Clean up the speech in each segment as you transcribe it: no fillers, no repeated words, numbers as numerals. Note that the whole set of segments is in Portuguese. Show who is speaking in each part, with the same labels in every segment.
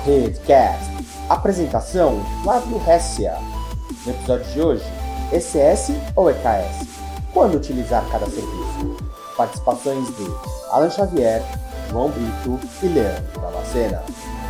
Speaker 1: Redcast. Apresentação: Flávio Hessia. No episódio de hoje, ECS ou EKS? Quando utilizar cada serviço? Participações de Alan Xavier, João Brito e Leandro Damascena.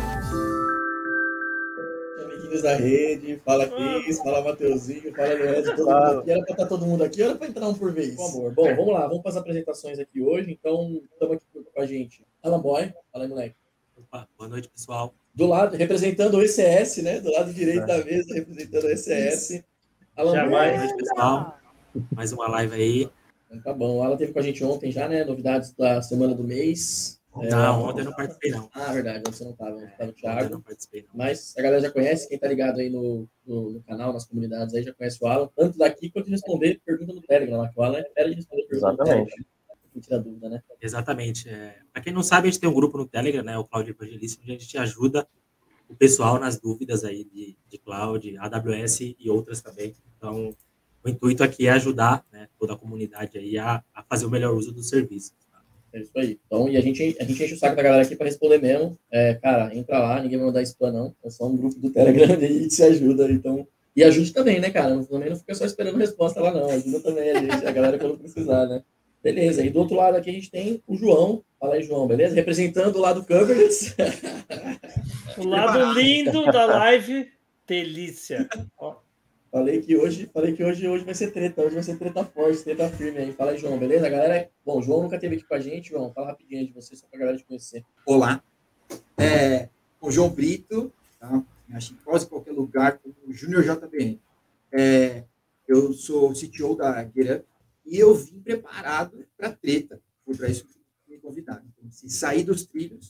Speaker 2: Amiguinhos da rede, fala Cris, fala Mateuzinho, fala Leandro, todo mundo aqui. Era pra estar todo mundo aqui ou era pra entrar um por vez? Por favor. Bom, vamos lá, vamos para as apresentações aqui hoje. Então, estamos aqui com a gente. Alan Boy, fala aí, moleque.
Speaker 3: Opa, boa noite, pessoal.
Speaker 2: Do lado, representando o ECS, né? Do lado direito da mesa, representando o ECS. Alan Boy.
Speaker 3: Boa noite, pessoal. Mais uma live aí.
Speaker 2: Tá bom, o Alan esteve com a gente ontem já, né? Novidades da semana do mês.
Speaker 3: Não, ontem eu não participei, não.
Speaker 2: Ah, verdade, ontem você não estava, tá no Thiago.
Speaker 3: Ontem eu não participei, não.
Speaker 2: Mas a galera já conhece, quem tá ligado aí no canal, nas comunidades aí, já conhece o Alan, tanto daqui quanto de responder pergunta no Telegram, lá que o Alan é fera de responder pergunta no Telegram. Não tira dúvida, né?
Speaker 3: Exatamente. Para quem não sabe, a gente tem um grupo no Telegram, né? O Cloud Evangelista, onde a gente ajuda o pessoal nas dúvidas aí de Cloud, AWS e outras também. Então, o intuito aqui é ajudar, né, toda a comunidade aí a fazer o melhor uso do serviço.
Speaker 2: É isso aí. Então, e a gente enche o saco da galera aqui para responder mesmo. Cara, entra lá, ninguém vai mandar spam, não. É só um grupo do Telegram aí que se ajuda. Então, e ajude também, né, cara? Também não fica só esperando resposta lá, não. Ajuda também a gente, a galera quando precisar, né? Beleza. E do outro lado aqui a gente tem o João. Fala aí, João, beleza? Representando o lado Coverage.
Speaker 4: O lado lindo da live, delícia. Ó.
Speaker 2: Falei que hoje vai ser treta. Hoje vai ser treta forte, treta firme aí. Fala aí, João, beleza? Galera, bom, o João nunca esteve aqui com a gente. João, fala rapidinho aí de você, só pra galera te conhecer.
Speaker 5: Olá. O João Brito, tá? Acho em quase qualquer lugar, como o Júnior JBN. Eu sou o CTO da GetUp e eu vim preparado para treta. Foi para isso que me convidaram. Então, se sair dos trilhos...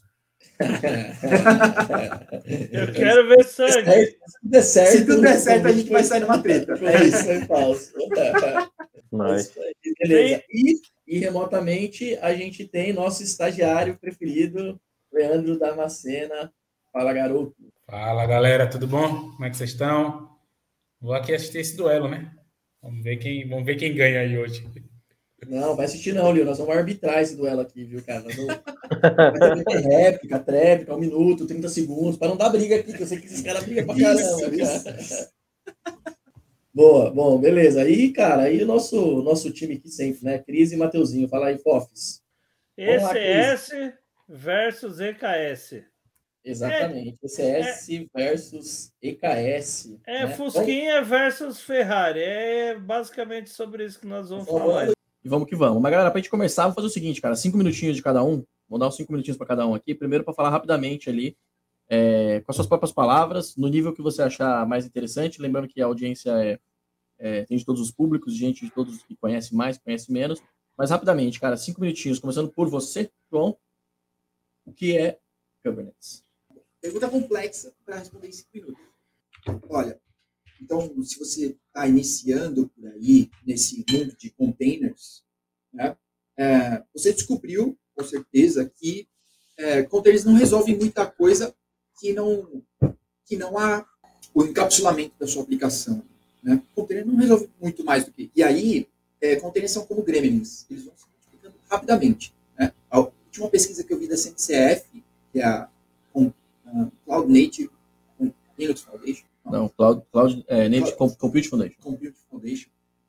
Speaker 4: Eu quero ver sangue.
Speaker 5: Se tudo der certo, a gente vai sair numa treta.
Speaker 2: É isso, é falso.
Speaker 1: Nice.
Speaker 2: Beleza. E remotamente a gente tem nosso estagiário preferido, Leandro Damascena. Fala, garoto.
Speaker 6: Fala, galera, tudo bom? Como é que vocês estão? Vou aqui assistir esse duelo, né? Vamos ver quem ganha aí hoje.
Speaker 2: Não, vai assistir não, Lio. Nós vamos arbitrar esse duelo aqui, viu, cara? Nós vamos... Vai ter réplica, tréplica, 1 minuto, 30 segundos, para não dar briga aqui, que eu sei que esses caras brigam pra caramba. Cara. Boa, bom, beleza. Aí, cara, aí o nosso time aqui sempre, né? Cris e Mateuzinho. Fala aí, Fofes.
Speaker 4: ECS versus EKS.
Speaker 2: Exatamente. ECS versus EKS.
Speaker 4: Né?
Speaker 2: Fusquinha
Speaker 4: versus Ferrari. É basicamente sobre isso que nós vamos falar.
Speaker 2: E vamos que vamos. Mas, galera, pra gente começar, vamos fazer o seguinte, cara. 5 minutinhos de cada um. Vou dar uns 5 minutinhos para cada um aqui. Primeiro, para falar rapidamente ali, com as suas próprias palavras, no nível que você achar mais interessante. Lembrando que a audiência tem de todos os públicos, gente de todos que conhece mais, conhece menos. Mas, rapidamente, cara, 5 minutinhos. Começando por você, João. O que é Kubernetes?
Speaker 5: Pergunta complexa para responder em 5 minutos. Olha, então, se você está iniciando por aí, nesse mundo de containers, né, você descobriu, com certeza, que containers não resolvem muita coisa que não há o encapsulamento da sua aplicação. Né? Container não resolve muito mais do que... E aí, containers são como gremlins. Eles vão se multiplicando rapidamente. Né? A última pesquisa que eu vi da CNCF, que é a Cloud Native Linux Foundation,
Speaker 2: Não, Cloud Native Compute Foundation.
Speaker 5: Compute Foundation.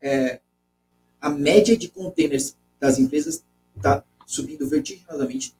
Speaker 5: A média de containers das empresas está subindo vertiginosamente.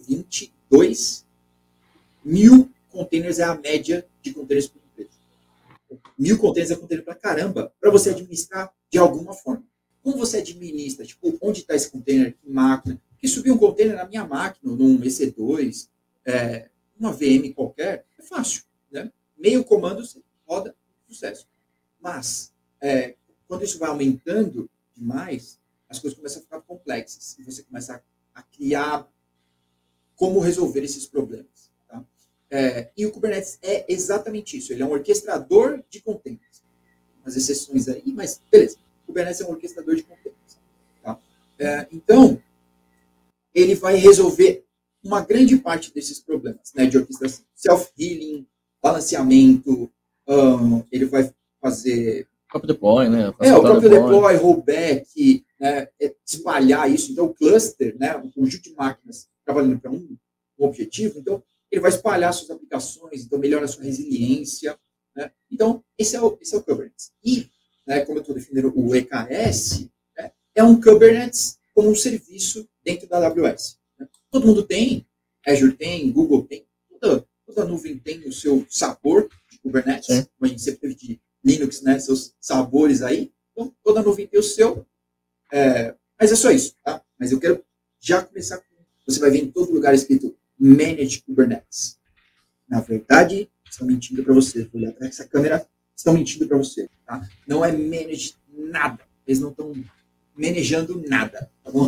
Speaker 5: 2022, 1.000 containers é a média de containers por empresa. 1.000 containers é container pra caramba, para você administrar de alguma forma. Como você administra? Tipo, onde está esse container? Que máquina? Porque subir um container na minha máquina, num EC2, uma VM qualquer, é fácil, né? Meio comando você roda, sucesso. Mas, quando isso vai aumentando demais, as coisas começam a ficar complexas. E você começa a criar como resolver esses problemas. Tá? E o Kubernetes é exatamente isso. Ele é um orquestrador de containers. Umas exceções aí, mas beleza. O Kubernetes é um orquestrador de containers. Tá? Então, ele vai resolver uma grande parte desses problemas, né, de orquestração. Self-healing, balanceamento, ele vai fazer...
Speaker 2: O próprio deploy, né?
Speaker 5: O próprio deploy, rollback, né, espalhar isso. Então, o cluster, né, um conjunto de máquinas trabalhando para um objetivo, então, ele vai espalhar suas aplicações aplicações, então melhora a sua resiliência, né? Então, esse é o Kubernetes. E, né, como eu estou definindo o EKS, né, é um Kubernetes como um serviço dentro da AWS. Né? Todo mundo tem, Azure tem, Google tem, toda nuvem tem o seu sabor de Kubernetes, como a gente sempre teve de Linux, né, seus sabores aí. Então, toda nuvem tem o seu. Mas é só isso, tá? Mas eu quero já começar com... Você vai ver em todo lugar escrito Manage Kubernetes. Na verdade, estão mentindo para você. Vou olhar para essa câmera, estão mentindo para você, tá? Não é manage nada. Eles não estão manejando nada, tá bom?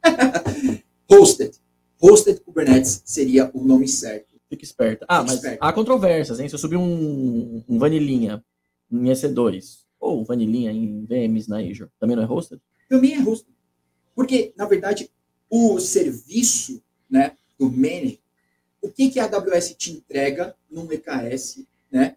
Speaker 5: Hosted Kubernetes seria o nome certo.
Speaker 2: Fique esperto. Mas há controvérsias, hein? Se eu subir um Vanilinha em EC2 ou Vanilinha em VMs na Azure, também não é hosted?
Speaker 5: Também é hosted. Porque, na verdade, o serviço, né, do manage, o que a AWS te entrega num EKS, né,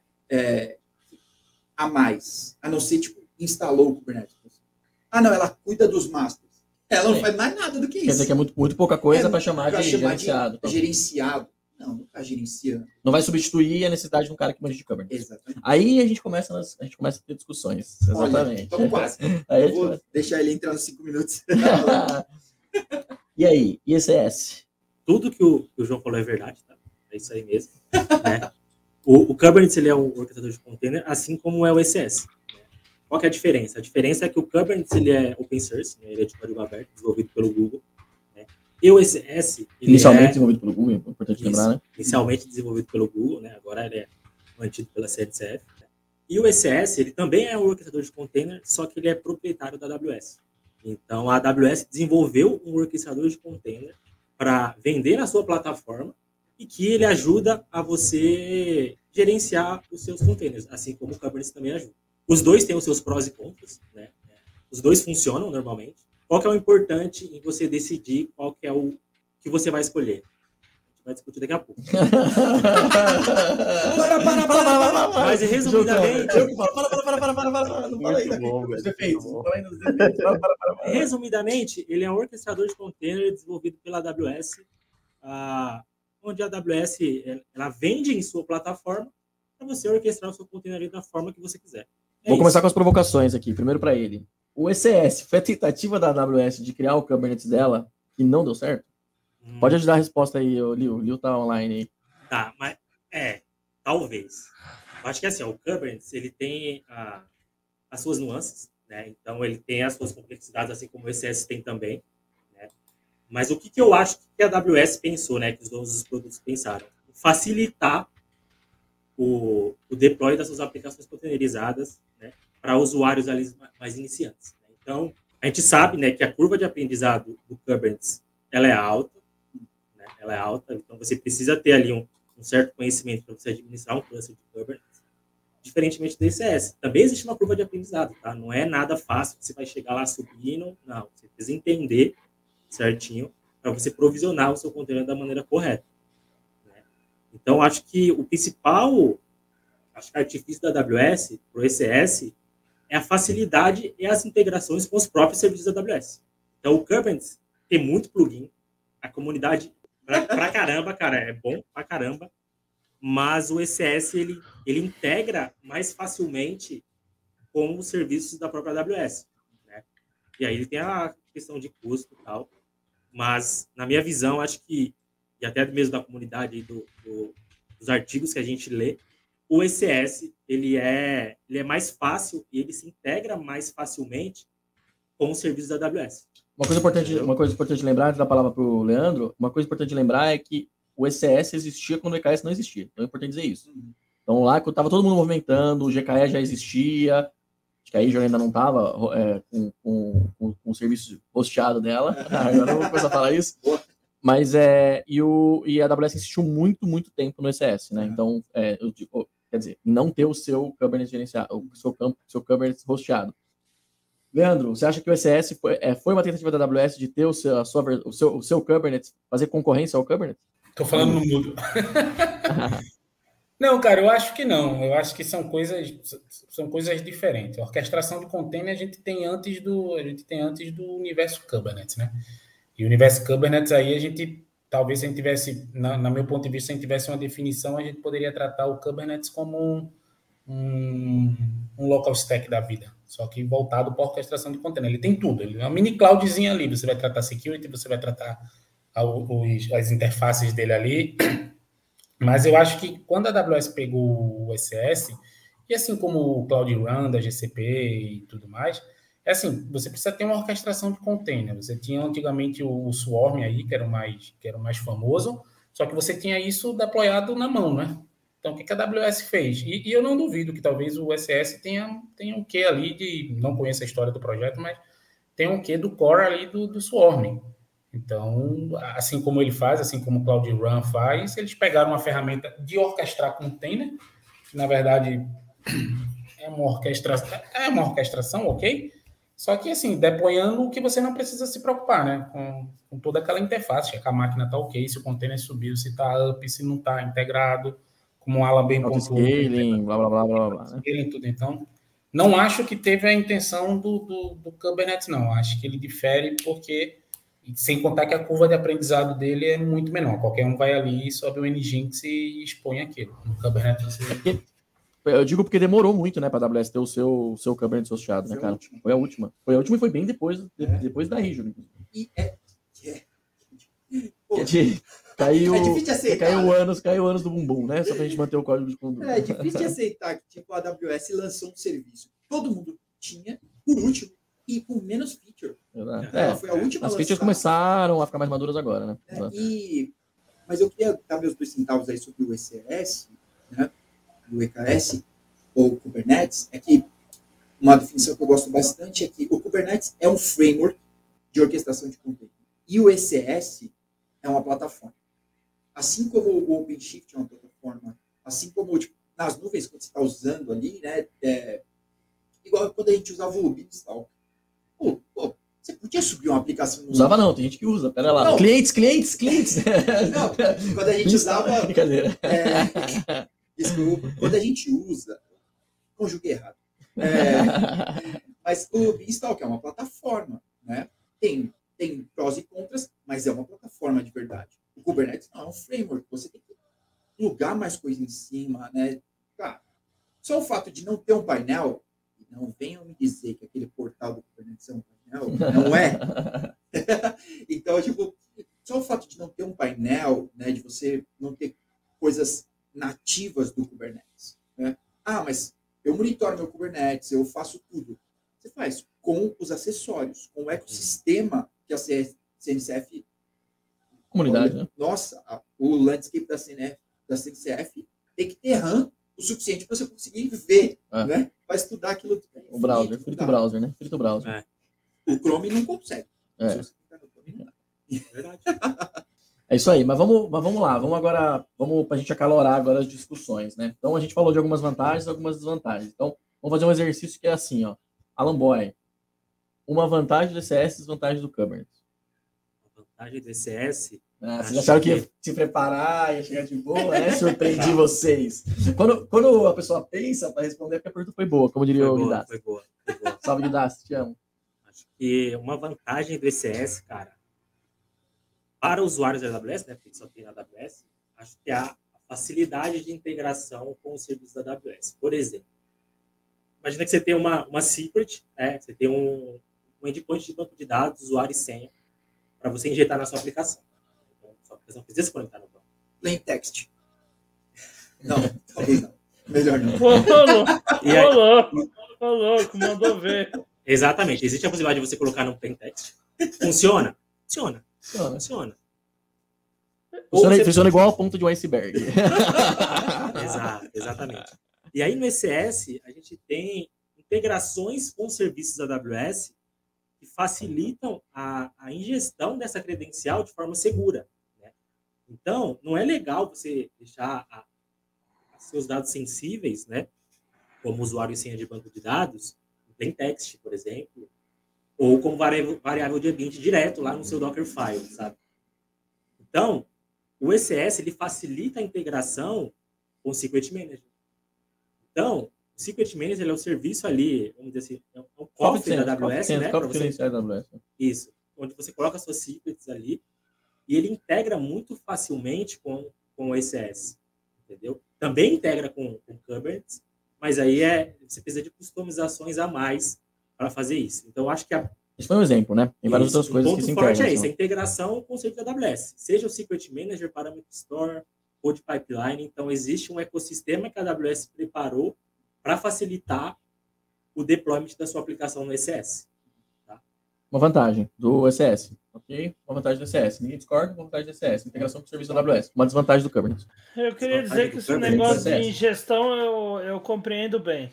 Speaker 5: a mais? A não ser, tipo, instalou o Kubernetes. Não, ela cuida dos masters. Ela não faz mais nada do que isso.
Speaker 2: Quer dizer que é muito pouca coisa para chamar de gerenciado.
Speaker 5: Gerenciado. Não está gerenciando.
Speaker 2: Não vai substituir a necessidade de um cara que manja de Kubernetes.
Speaker 5: Exatamente.
Speaker 2: Aí a gente começa a ter discussões. Exatamente.
Speaker 5: Estamos quase. Eu vou deixar ele entrar nos 5 minutos.
Speaker 2: E aí, ICS?
Speaker 3: Tudo que o João falou é verdade, tá? É isso aí mesmo. Né? O Kubernetes ele é um orquestrador de container, assim como é o ECS. Né? Qual que é a diferença? A diferença é que o Kubernetes ele é open source, né? Ele é de código aberto, desenvolvido pelo Google. Né? E o ECS...
Speaker 2: Inicialmente desenvolvido pelo Google, é importante lembrar, né?
Speaker 3: Inicialmente desenvolvido pelo Google, né? Agora ele é mantido pela CNCF. Né? E o ECS, ele também é um orquestrador de container, só que ele é proprietário da AWS. Então, a AWS desenvolveu um orquestrador de container para vender na sua plataforma e que ele ajuda a você gerenciar os seus containers, assim como o Kubernetes também ajuda. Os dois têm os seus prós e contras, né? Os dois funcionam normalmente. Qual que é o importante em você decidir qual que é o que você vai escolher? A gente vai discutir daqui a pouco. Mas resumidamente...
Speaker 2: Não fala ainda. Os defeitos.
Speaker 3: Resumidamente, ele é um orquestrador de container desenvolvido pela AWS, onde a AWS ela vende em sua plataforma para você orquestrar o seu container da forma que você quiser.
Speaker 2: Vou começar com as provocações aqui. Primeiro para ele. O ECS foi a tentativa da AWS de criar o Kubernetes dela e não deu certo? Pode ajudar a resposta aí, o Liu tá online aí.
Speaker 3: Tá, mas talvez. Eu acho que assim, o Kubernetes ele tem as suas nuances, né? Então ele tem as suas complexidades, assim como o ECS tem também. Né? Mas o que eu acho que a AWS pensou, né? Que os donos dos produtos pensaram? Facilitar o deploy das suas aplicações containerizadas, né? Para usuários ali mais iniciantes. Né? Então, a gente sabe, né, que a curva de aprendizado do Kubernetes ela é alta, né? Ela é alta, então você precisa ter ali um certo conhecimento para você administrar um cluster de Kubernetes, diferentemente do ECS. Também existe uma curva de aprendizado, tá? Não é nada fácil, você vai chegar lá subindo, não. Você precisa entender certinho para você provisionar o seu container da maneira correta. Né? Então, acho que o principal artifício da AWS para o ECS é a facilidade e as integrações com os próprios serviços da AWS. Então, o Kubernetes tem muito plugin, a comunidade pra caramba, cara, é bom pra caramba, mas o ECS, ele integra mais facilmente com os serviços da própria AWS, né? E aí ele tem a questão de custo e tal, mas, na minha visão, acho que, e até mesmo da comunidade dos artigos que a gente lê, o ECS, ele é mais fácil e ele se integra mais facilmente com os serviços da AWS.
Speaker 2: Uma coisa importante lembrar, antes da palavra para o Leandro, uma coisa importante lembrar é que o ECS existia quando o EKS não existia. Então é importante dizer isso. Então lá que estava todo mundo movimentando, o GKE já existia, acho que a Azure ainda não estava com o serviço hosteado dela, agora eu vou começar a falar isso. Mas e a AWS insistiu muito, muito tempo no ECS, né? Então, quer dizer, não ter o seu Kubernetes gerenciado, o seu Kubernetes hosteado. Leandro, você acha que o ECS foi uma tentativa da AWS de ter o seu Kubernetes, fazer concorrência ao Kubernetes?
Speaker 6: Estou falando no mudo. Não, cara, eu acho que não. Eu acho que são coisas diferentes. A orquestração de container a gente tem antes do universo Kubernetes, né? E o universo Kubernetes aí a gente talvez se a gente tivesse, na meu ponto de vista, se a gente tivesse uma definição, a gente poderia tratar o Kubernetes como um local stack da vida, só que voltado para orquestração de container. Ele tem tudo, ele é uma mini cloudzinha ali, você vai tratar security, você vai tratar as interfaces dele ali, mas eu acho que quando a AWS pegou o ECS, e assim como o Cloud Run da GCP e tudo mais, é assim, você precisa ter uma orquestração de container. Você tinha antigamente o Swarm aí, que era o mais famoso, só que você tinha isso deployado na mão, né? Então, o que a AWS fez? E eu não duvido que talvez o ECS tenha um quê ali de... Não conheço a história do projeto, mas tem um quê do core ali do Swarm. Então, assim como ele faz, assim como o Cloud Run faz, eles pegaram uma ferramenta de orquestrar container, que na verdade é uma orquestração, ok? Só que, assim, deployando o que você não precisa se preocupar, né? Com toda aquela interface, checar a máquina está ok, se o container subiu, se está up, se não está integrado, como o Alan bem pontuou.
Speaker 2: Scaling, blá, blá, blá, blá, blá.
Speaker 6: Scaling, tudo. Então, não acho que teve a intenção do Kubernetes, não. Acho que ele difere porque, sem contar que a curva de aprendizado dele é muito menor. Qualquer um vai ali, sobe o Nginx e expõe aquilo. No Kubernetes você...
Speaker 2: Eu digo porque demorou muito, né, para a AWS ter o seu Kubernetes associado, né, cara? Foi a última e foi bem depois da Azure.
Speaker 5: E
Speaker 2: Caiu
Speaker 5: difícil de aceitar.
Speaker 2: Caiu anos do bumbum, né? Só pra gente manter o código de conduta.
Speaker 5: É difícil de aceitar que tipo, a AWS lançou um serviço. Todo mundo tinha, por último, e com menos feature. Foi a última
Speaker 2: as features começaram a ficar mais maduras agora, né?
Speaker 5: Mas eu queria dar meus 2 centavos aí sobre o ECS, né? Do EKS, ou Kubernetes, é que uma definição que eu gosto bastante é que o Kubernetes é um framework de orquestração de conteúdo. E o ECS é uma plataforma. Assim como o OpenShift é uma plataforma, assim como tipo, nas nuvens, quando você está usando ali, né, igual quando a gente usava o Beanstalk. Você podia subir uma aplicação...
Speaker 2: Usava não, tem gente que usa, pera lá. Não. Clientes!
Speaker 5: Não, quando a gente usava...
Speaker 2: Brincadeira.
Speaker 5: Desculpa, quando a gente usa... Conjuguei errado. Mas o Beanstalk é uma plataforma, né? Tem prós e contras, mas é uma plataforma de verdade. O Kubernetes não é um framework, você tem que plugar mais coisa em cima, né? Claro, só o fato de não ter um painel, não venham me dizer que aquele portal do Kubernetes é um painel, não é? Então, tipo, só o fato de não ter um painel, né, de você não ter coisas nativas do Kubernetes, né? Mas eu monitoro meu Kubernetes, eu faço tudo. Você faz com os acessórios, com o ecossistema que a CNCF...
Speaker 2: Comunidade, né?
Speaker 5: Nossa, o landscape da CNCF tem que ter RAM o suficiente para você conseguir ver, né? Para estudar aquilo.
Speaker 2: O browser, frito browser, né? Frito browser.
Speaker 5: O Chrome não consegue.
Speaker 2: Se
Speaker 5: você clicar no Chrome, não dá.
Speaker 3: Verdade.
Speaker 2: É isso aí, mas vamos lá, vamos para a gente acalorar agora as discussões, né? Então a gente falou de algumas vantagens e algumas desvantagens. Então vamos fazer um exercício que é assim, ó. Alan Boy, uma vantagem do ECS e desvantagem do Kubernetes.
Speaker 3: A vantagem do ECS...
Speaker 2: vocês acharam que ia se preparar, ia chegar de boa, né? Surpreendi vocês. Quando a pessoa pensa para responder, é porque a pergunta foi boa, como diria o Guidas.
Speaker 3: Foi boa.
Speaker 2: Salve, Guidas, te amo.
Speaker 3: Acho que uma vantagem do ECS, cara, para usuários da AWS, né, porque só tem na AWS, acho que é a facilidade de integração com os serviços da AWS. Por exemplo, imagina que você tem uma secret, você tem um endpoint de banco de dados, usuário e senha, para você injetar na sua aplicação. Então, sua aplicação precisa se conectar no banco.
Speaker 5: Plain text. Não, talvez não. Melhor não.
Speaker 4: Ô, louco, mandou ver.
Speaker 3: Exatamente. Existe a possibilidade de você colocar no plain text. Funciona? Funciona.
Speaker 2: Funciona igual a ponta de um iceberg.
Speaker 3: Exatamente. E aí no ECS a gente tem integrações com serviços da AWS que facilitam a ingestão dessa credencial de forma segura, né? Então, não é legal você deixar seus dados sensíveis, né, como usuário e senha de banco de dados, em plain text, por exemplo, ou como variável de ambiente direto lá no seu Dockerfile, sabe? Então, o ECS ele facilita a integração com o Secret Manager. Então, o Secret Manager ele é o serviço ali, vamos dizer assim, é um cofre da AWS, né?
Speaker 2: Cofre da AWS.
Speaker 3: Isso, onde você coloca suas secrets ali e ele integra muito facilmente com o ECS, entendeu? Também integra com o Kubernetes, mas aí você precisa de customizações a mais para fazer isso. Então, acho que
Speaker 2: Isso foi um exemplo, né? Tem várias outras coisas que se integram.
Speaker 3: O ponto forte é isso, a integração com o conceito da AWS. Seja o Secret Manager, Parameter Store, Code Pipeline. Então, existe um ecossistema que a AWS preparou para facilitar o deployment da sua aplicação no ECS. Tá?
Speaker 2: Uma vantagem do ECS, ok? Uma vantagem do ECS. Ninguém discorda, uma vantagem do ECS. Integração com o serviço da AWS. Uma desvantagem do Kubernetes.
Speaker 4: Eu queria dizer que esse negócio de ingestão eu compreendo bem.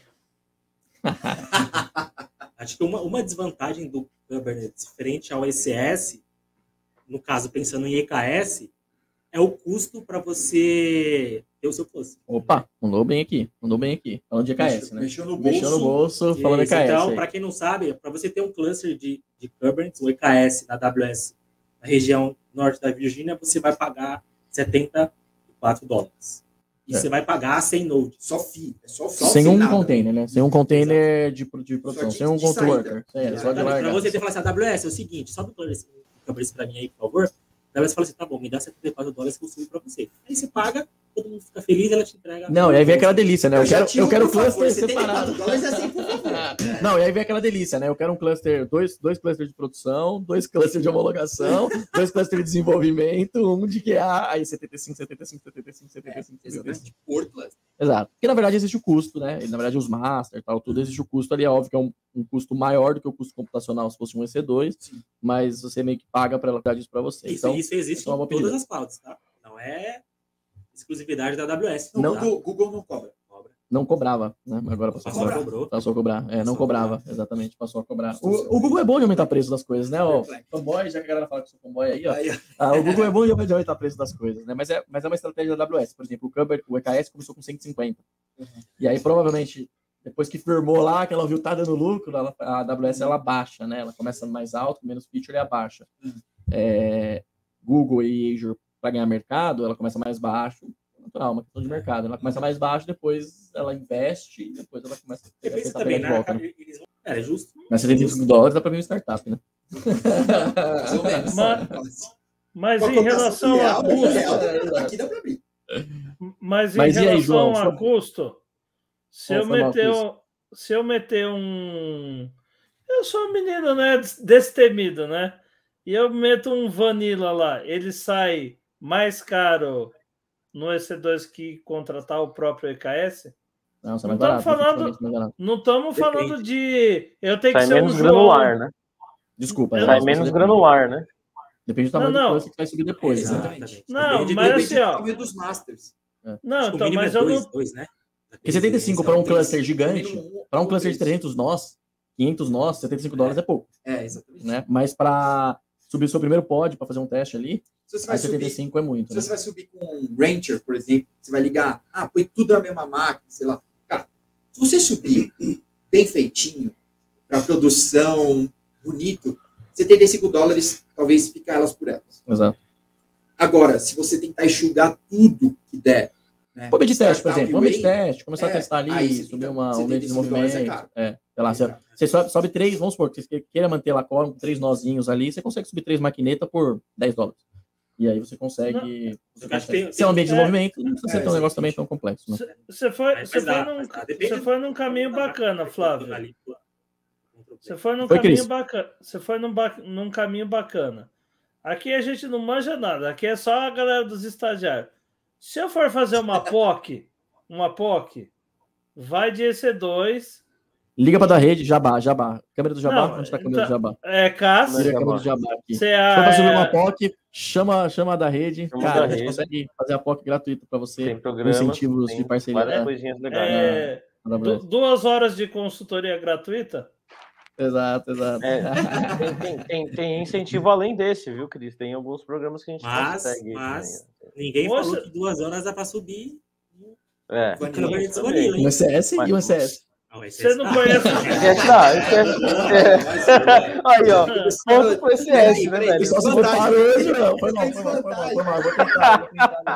Speaker 3: Acho que uma desvantagem do Kubernetes frente ao ECS, no caso, pensando em EKS, é o custo para você ter o seu cluster.
Speaker 2: Opa, mandou bem aqui. Falando de EKS, né?
Speaker 5: Mexeu no
Speaker 2: bolso, falando de EKS.
Speaker 3: Então, para quem não sabe, para você ter um cluster de Kubernetes, o EKS na AWS, na região norte da Virgínia, você vai pagar $74. E você vai pagar sem node.
Speaker 5: Só FII. É só
Speaker 2: sem um container, né? Sem um container de produção. Sem um controller. Só de largar.
Speaker 3: Para você ter falado assim, AWS é o seguinte, sobe o Kubernetes para mim aí, por favor. A AWS fala assim, tá bom, me dá $74 que eu subo para você. Aí você paga, todo mundo fica feliz, ela te entrega.
Speaker 2: Não, e aí vem aquela delícia, né? Eu quero cluster separado.
Speaker 5: Assim, por favor.
Speaker 2: Não, e aí vem aquela delícia, né? Eu quero um cluster, dois clusters de produção, 2 clusters de homologação, 2 clusters de desenvolvimento, um de QA, aí 75.
Speaker 5: Por cluster.
Speaker 2: Exato. Porque na verdade existe o custo, né? E, na verdade os master, tal, tudo existe o custo ali, é óbvio que é um custo maior do que o custo computacional se fosse um EC2, sim, mas você meio que paga para ela dar isso para você.
Speaker 3: Isso existe em todas as clouds, tá? Não é exclusividade da AWS.
Speaker 5: Não, tá? Google não cobra.
Speaker 2: Não cobrava, né? Agora passou a cobrar. Não cobrava, exatamente, passou a cobrar. O Google é bom de aumentar o preço das coisas, né? O fanboy, já que a galera fala que sou fanboy aí, ó. O Google é bom de aumentar o preço das coisas, né? Mas é uma estratégia da AWS. Por exemplo, o EKS começou com 150. E aí, provavelmente, depois que firmou lá, que ela viu tá dando lucro, a AWS ela baixa, né? Ela começa mais alto, menos feature e abaixa. Google e Azure, para ganhar mercado, ela começa mais baixo. Natural, uma questão de mercado. Ela começa mais baixo, depois ela investe e depois ela começa a tentar pegar de volta. Né?
Speaker 3: É justo.
Speaker 2: Mas $75 dá para ver um startup, né?
Speaker 4: Mas em relação a custo...
Speaker 5: Aqui dá para abrir.
Speaker 4: Mas em relação a custo, se eu meter um... Eu sou um menino, né, destemido, né? E eu meto um Vanilla lá, ele sai mais caro no EC2 que contratar o próprio EKS?
Speaker 2: Não, isso é mais barato.
Speaker 4: Não estamos falando de... Eu tenho
Speaker 7: sai
Speaker 4: que ser
Speaker 7: menos
Speaker 4: um
Speaker 7: granular, né?
Speaker 2: Desculpa.
Speaker 7: Sai menos granular, né?
Speaker 2: Depende do tamanho do cluster que vai subir depois.
Speaker 5: Exatamente.
Speaker 4: Não, mas assim, ó...
Speaker 5: Depende dos masters.
Speaker 4: Não, então, mas eu não...
Speaker 3: né?
Speaker 2: Porque 75 para um cluster gigante, para um cluster de 300 nós, 500 nós, $75 é pouco.
Speaker 5: Exatamente.
Speaker 2: Né? Mas para subir o seu primeiro pod, para fazer um teste ali, aí 75 é muito.
Speaker 5: Se você vai subir com um Rancher, por exemplo, você vai ligar, põe tudo na mesma máquina, sei lá. Cara, se você subir bem feitinho, para produção, bonito, $75, talvez fica elas por elas.
Speaker 2: Exato.
Speaker 5: Agora, se você tentar enxugar tudo que der, né?
Speaker 2: Pô, de teste, por exemplo. Vamos de teste, começar a testar ali,
Speaker 5: aí
Speaker 2: subir um meio de desenvolvimento. Sei lá, você sobe 3, vamos supor, que você queira manter lá com 3 nozinhos ali, você consegue subir 3 maquinetas por $10. E aí você consegue... Se é um ambiente de desenvolvimento, não precisa ser um negócio também tão complexo. Né?
Speaker 4: Você foi num caminho bacana, Flávio. Você foi num caminho bacana. Você foi num caminho bacana. Aqui a gente não manja nada. Aqui é só a galera dos estagiários. Se eu for fazer uma POC, vai de EC2.
Speaker 2: Liga para da rede, Jabá. Câmera do Jabá, onde está a câmera do Jabá?
Speaker 4: Cássio.
Speaker 2: Liga a câmera do Jabá aqui. Se for subir uma POC, chama a da rede. Cara, a gente consegue fazer a POC gratuita para você.
Speaker 7: Tem programa,
Speaker 2: incentivos de parceria.
Speaker 7: Várias coisinhas legais.
Speaker 4: 2 horas de consultoria gratuita?
Speaker 2: Exato.
Speaker 7: Tem incentivo além desse, viu, Cris? Tem alguns programas que a gente consegue.
Speaker 3: Mas ninguém falou que 2 horas dá para subir.
Speaker 2: Um ECS e um ECS.
Speaker 4: Você não conhece
Speaker 7: Aí, ó. Ponto pro ECS, né, velho?
Speaker 2: Só se botar hoje, não. Foi mal. Vou tentar.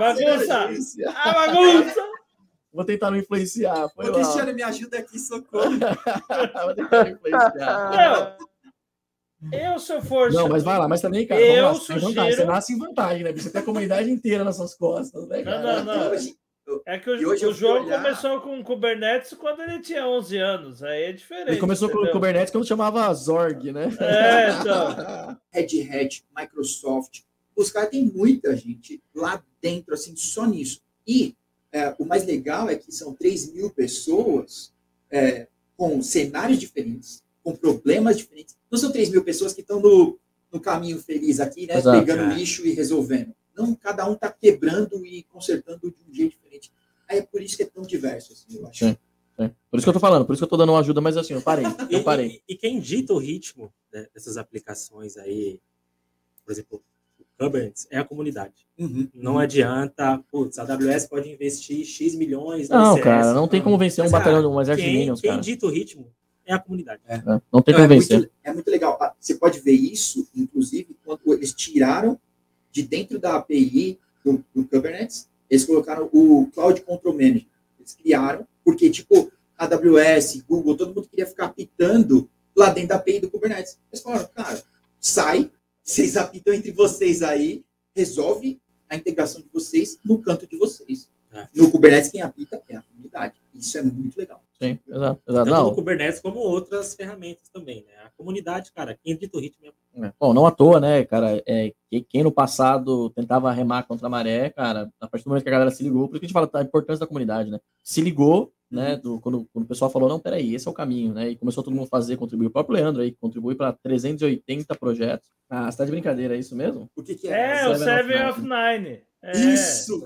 Speaker 4: Bagunça!
Speaker 2: Vou tentar não influenciar.
Speaker 5: Ô, Cristiano, me ajuda aqui, socorro.
Speaker 2: Vou tentar não influenciar.
Speaker 4: Se eu for...
Speaker 2: Não, mas vai lá, mas também, cara, você nasce em vantagem, né? Você tem a comunidade inteira nas suas costas, né, cara?
Speaker 4: Não. É que o João começou com Kubernetes quando ele tinha 11 anos, aí é diferente.
Speaker 2: Ele começou com o Kubernetes quando chamava Zorg, né?
Speaker 4: Então.
Speaker 5: Red Hat, Microsoft, os caras têm muita gente lá dentro, assim, só nisso. E o mais legal é que são 3.000 pessoas com cenários diferentes, com problemas diferentes. Não são 3.000 pessoas que estão no caminho feliz aqui, né? Exato, pegando lixo e resolvendo. Não, cada um está quebrando e consertando de um jeito diferente. Aí é por isso que é tão diverso, assim, eu acho.
Speaker 2: Sim. Por isso que eu tô falando, por isso que eu tô dando uma ajuda, mas assim, eu parei.
Speaker 3: E quem dita o ritmo dessas aplicações aí, por exemplo, o Kubernetes, é a comunidade. Não adianta, a AWS pode investir X milhões
Speaker 2: no CS, cara, não tem como vencer um batalhão, um exército de Minions, cara.
Speaker 3: Quem dita o ritmo é a comunidade.
Speaker 2: Não tem como vencer.
Speaker 5: É muito legal. Você pode ver isso, inclusive, quando eles tiraram de dentro da API do Kubernetes, eles colocaram o Cloud Control Manager. Eles criaram, porque, tipo, AWS, Google, todo mundo queria ficar apitando lá dentro da API do Kubernetes. Eles falaram, cara, sai, vocês apitam entre vocês aí, resolve a integração de vocês no canto de vocês. No Kubernetes, quem apita é a comunidade. Isso é muito legal.
Speaker 2: Sim, exato.
Speaker 3: Tanto no Kubernetes como outras ferramentas também, né? A comunidade, cara, quem dita o ritmo é...
Speaker 2: Bom, não à toa, né, cara, quem no passado tentava remar contra a maré, cara, a partir do momento que a galera se ligou, por isso que a gente fala da importância da comunidade, né? Se ligou, né, quando o pessoal falou, não, peraí, esse é o caminho, né? E começou todo mundo a fazer, contribuir. O próprio Leandro aí, contribui para 380 projetos. Você tá de brincadeira, é isso mesmo?
Speaker 5: O que é?
Speaker 4: O Seven of Nine.
Speaker 5: Isso!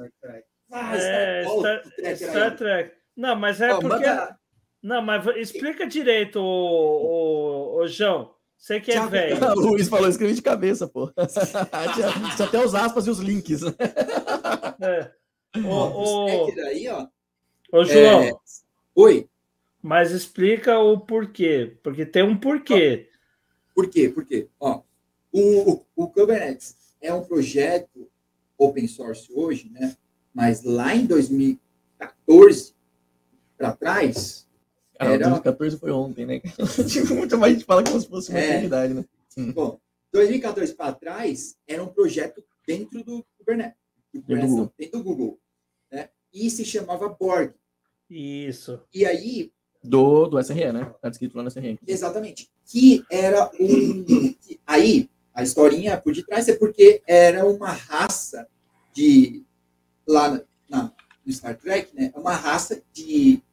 Speaker 4: Star Trek. Não, mas porque... Não, mas explica direito, o João. Você que é velho.
Speaker 2: O Luiz falou, escrevi de cabeça, pô. Tinha até os aspas e os links. Né?
Speaker 5: Aí, ó.
Speaker 4: Ô, João.
Speaker 5: Oi.
Speaker 4: Mas explica o porquê. Porque tem um porquê.
Speaker 5: Por quê? Porque, ó, o Kubernetes é um projeto open source hoje, né? Mas lá em 2014 para trás.
Speaker 2: Cara, 2014 foi ontem, né? Tipo, muito mais a gente fala como se fosse uma eternidade, né?
Speaker 5: Bom, 2014 para trás era um projeto dentro do Kubernetes. Dentro do Google. Né? E se chamava Borg.
Speaker 4: Isso.
Speaker 5: E aí...
Speaker 2: Do SRE, né? Tá descrito lá no SRE.
Speaker 5: Exatamente. Que era Aí, a historinha por detrás é porque era uma raça de... Lá no Star Trek, né? Uma raça de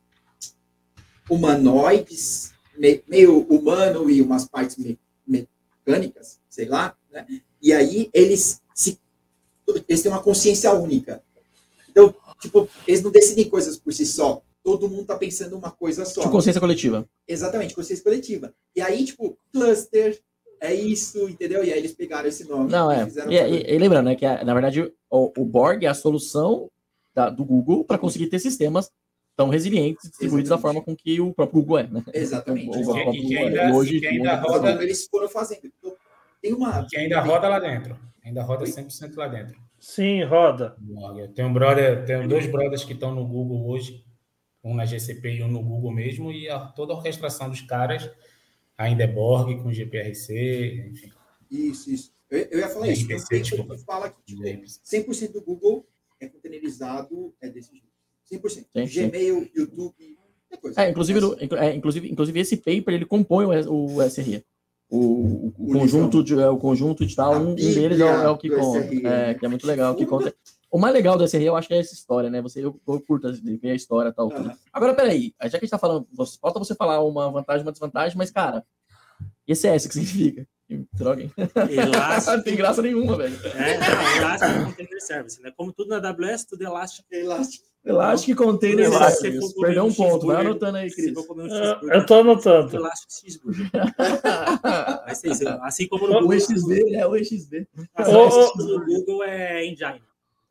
Speaker 5: humanoides, meio humano e umas partes mecânicas, sei lá, né? E aí eles têm uma consciência única. Então, tipo, eles não decidem coisas por si só. Todo mundo tá pensando uma coisa só.
Speaker 2: Tipo, consciência coletiva.
Speaker 5: Exatamente, consciência coletiva. E aí, tipo, cluster, é isso, entendeu? E aí eles pegaram esse nome.
Speaker 2: Não, e lembrando, né, que na verdade o Borg é a solução do Google para conseguir ter sistemas tão resilientes e distribuídos da forma com que o próprio Google é, né?
Speaker 5: Exatamente.
Speaker 6: Hoje ainda roda,
Speaker 5: eles foram fazendo. Tem uma...
Speaker 6: Que ainda roda lá dentro. Ainda roda 100% lá dentro.
Speaker 4: Sim, roda.
Speaker 6: Eu tenho dois brothers que estão no Google hoje, um na GCP e um no Google mesmo, e toda a orquestração dos caras ainda é Borg, com GPRC, enfim.
Speaker 5: Isso. Eu ia falar isso. Tem gente que fala que tipo, 100% do Google é containerizado, é desse jeito. 100%.
Speaker 2: Sim.
Speaker 5: Gmail, YouTube, coisa.
Speaker 2: Inclusive esse paper, ele compõe o SRE. O conjunto de tal, um deles é o que conta. Que é muito legal. Que conta. O mais legal do SRE, eu acho que é essa história, né? Eu curto ver a história e tal. Agora, peraí. Já que a gente tá falando, falta você falar uma vantagem, uma desvantagem, mas, cara, ECS, o que significa? Droga, hein?
Speaker 3: Elástico.
Speaker 2: Não tem graça nenhuma, velho.
Speaker 3: Elástico Container Service, né? Como tudo na AWS, tudo elástico.
Speaker 2: Elastic Container Service. Perdeu um ponto. Vai anotando aí, Cris.
Speaker 4: Eu tô anotando.
Speaker 3: Elástico Cheeseburger. Vai ser isso. Assim como no
Speaker 2: Google. O EXV, né? O EXV.
Speaker 3: No Google é Engine.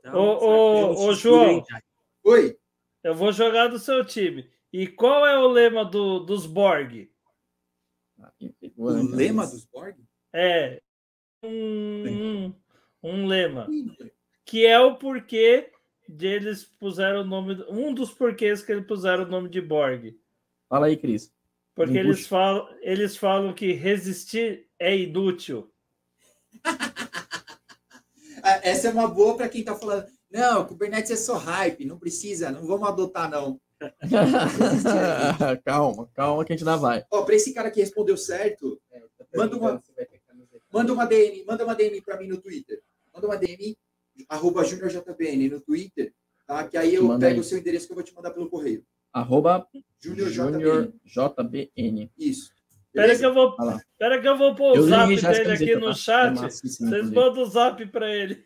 Speaker 4: Ô, João.
Speaker 5: Oi.
Speaker 4: Eu vou jogar do seu time. E qual é o lema dos Borg?
Speaker 5: O lema dos Borg?
Speaker 4: É. Um lema. Que é o porquê eles puseram o nome... Um dos porquês que eles puseram o nome de Borg.
Speaker 2: Fala aí, Cris.
Speaker 4: Porque eles falam que resistir é inútil.
Speaker 5: Essa é uma boa para quem está falando. Não, Kubernetes é só hype, não precisa, não vamos adotar, não.
Speaker 2: Calma que a gente ainda vai.
Speaker 5: Para esse cara que respondeu certo, manda uma DM para mim no Twitter. Manda uma DM, @JuniorJBN no Twitter, tá? Que aí eu pego o seu endereço que eu vou te mandar pelo correio.
Speaker 2: @JuniorJBN.
Speaker 5: Isso.
Speaker 4: Espera que eu vou pôr o zap dele aqui no chat. Vocês mandam o zap para ele.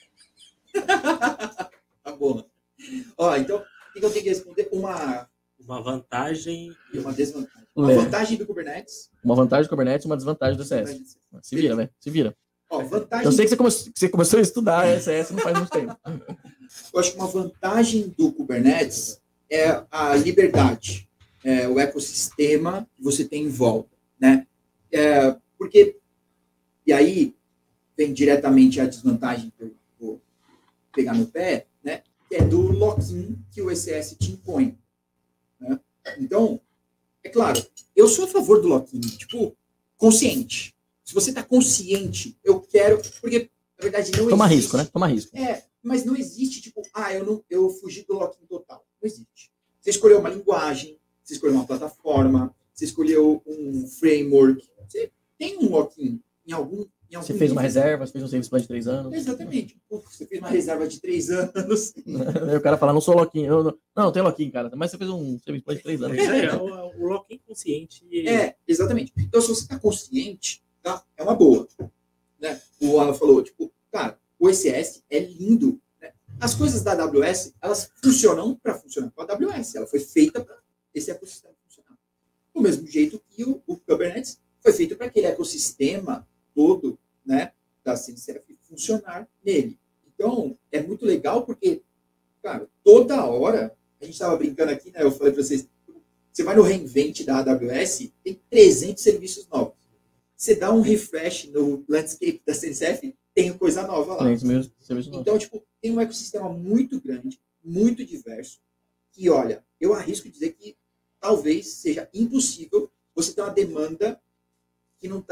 Speaker 5: Tá bom. Então, o que eu tenho que responder? Uma
Speaker 3: vantagem
Speaker 5: e uma desvantagem. Uma vantagem do Kubernetes.
Speaker 2: Uma vantagem do Kubernetes e uma desvantagem do CS. Se vira, velho. Se vira.
Speaker 5: Vantagem...
Speaker 2: Eu sei que você começou a estudar CS não faz muito tempo.
Speaker 5: Eu acho que uma vantagem do Kubernetes é a liberdade, o ecossistema que você tem em volta, né? Porque, e aí vem diretamente a desvantagem que eu vou pegar no pé, né? Que é do lock-in que o ECS te impõe. Né? Então, é claro, eu sou a favor do lock-in, consciente. Se você está consciente, eu quero, porque na verdade não
Speaker 2: Toma
Speaker 5: existe.
Speaker 2: Risco, né? Toma risco.
Speaker 5: Mas não existe, eu fugi do lock-in total. Não existe. Você escolheu uma linguagem, você escolheu uma plataforma, você escolheu um framework, você tem um lock-in em algum
Speaker 2: você fez uma reserva, você fez um service plan de 3 anos.
Speaker 5: Exatamente. Você fez uma reserva de 3 anos.
Speaker 2: Aí o cara fala, não sou lock-in. Não tem lock-in, cara. Mas você fez um service plan de 3 anos.
Speaker 3: O lock-in consciente.
Speaker 5: Exatamente. Então, se você está consciente, tá? É uma boa. Né? O Alan falou, cara, o ECS é lindo. Né? As coisas da AWS, elas funcionam para funcionar com a AWS. Ela foi feita para esse ecossistema funcionar. Do mesmo jeito que o Kubernetes foi feito para aquele ecossistema todo, né, da CNCF funcionar nele. Então, é muito legal porque, cara, toda hora, a gente estava brincando aqui, né, eu falei para vocês, você vai no reinvent da AWS, tem 300 serviços novos. Você dá um refresh no landscape da CNCF, tem coisa nova lá. Então, tem um ecossistema muito grande, muito diverso, que, olha, eu arrisco dizer que talvez seja impossível você ter uma demanda que não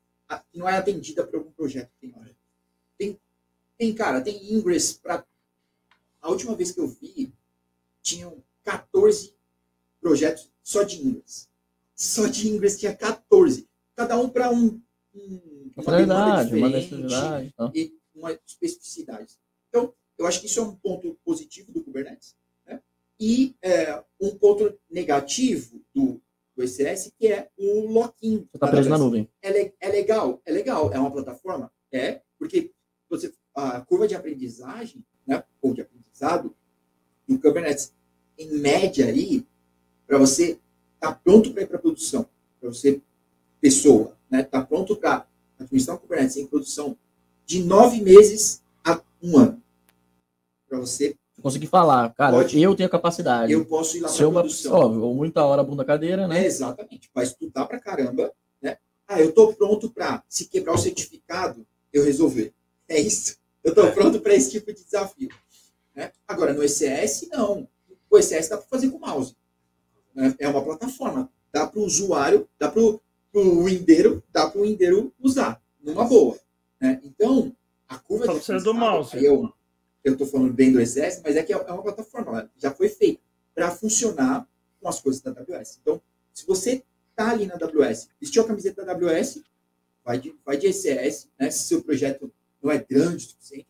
Speaker 5: é atendida por algum projeto que tem. Tem Ingress para... A última vez que eu vi, tinham 14 projetos só de Ingress. Só de Ingress tinha 14. Cada um para uma demanda diferente e uma especificidade. Então, eu acho que isso é um ponto positivo do Kubernetes. Né? E um ponto negativo do ECS, que é o lock-in.
Speaker 2: Você está preso na nuvem.
Speaker 5: É legal. É uma plataforma? Porque a curva de aprendizagem, né, ou de aprendizado, do Kubernetes, em média aí, para você estar pronto para ir para a produção, para você, pessoa, né, estar pronto para administrar o Kubernetes em produção de 9 meses a 1 ano. Para você
Speaker 2: conseguir falar, cara, eu tenho capacidade.
Speaker 5: Eu posso ir lá para a produção.
Speaker 2: Ou muita hora bunda cadeira, né?
Speaker 5: Exatamente. Vai estudar pra caramba, né? Eu tô pronto para, se quebrar o certificado, eu resolver. É isso. Eu tô pronto para esse tipo de desafio. Né? Agora, no ECS, não. O ECS dá para fazer com o mouse. Né? É uma plataforma. Dá para o usuário, dá para o windeiro usar. Numa boa. Né? Então, a curva de
Speaker 4: aprendizado do mouse.
Speaker 5: Eu estou falando bem do ECS, mas é que é uma plataforma, ela já foi feita para funcionar com as coisas da AWS. Então, se você está ali na AWS, vestiu a camiseta da AWS, vai de ECS, né? Se seu projeto não é grande o suficiente,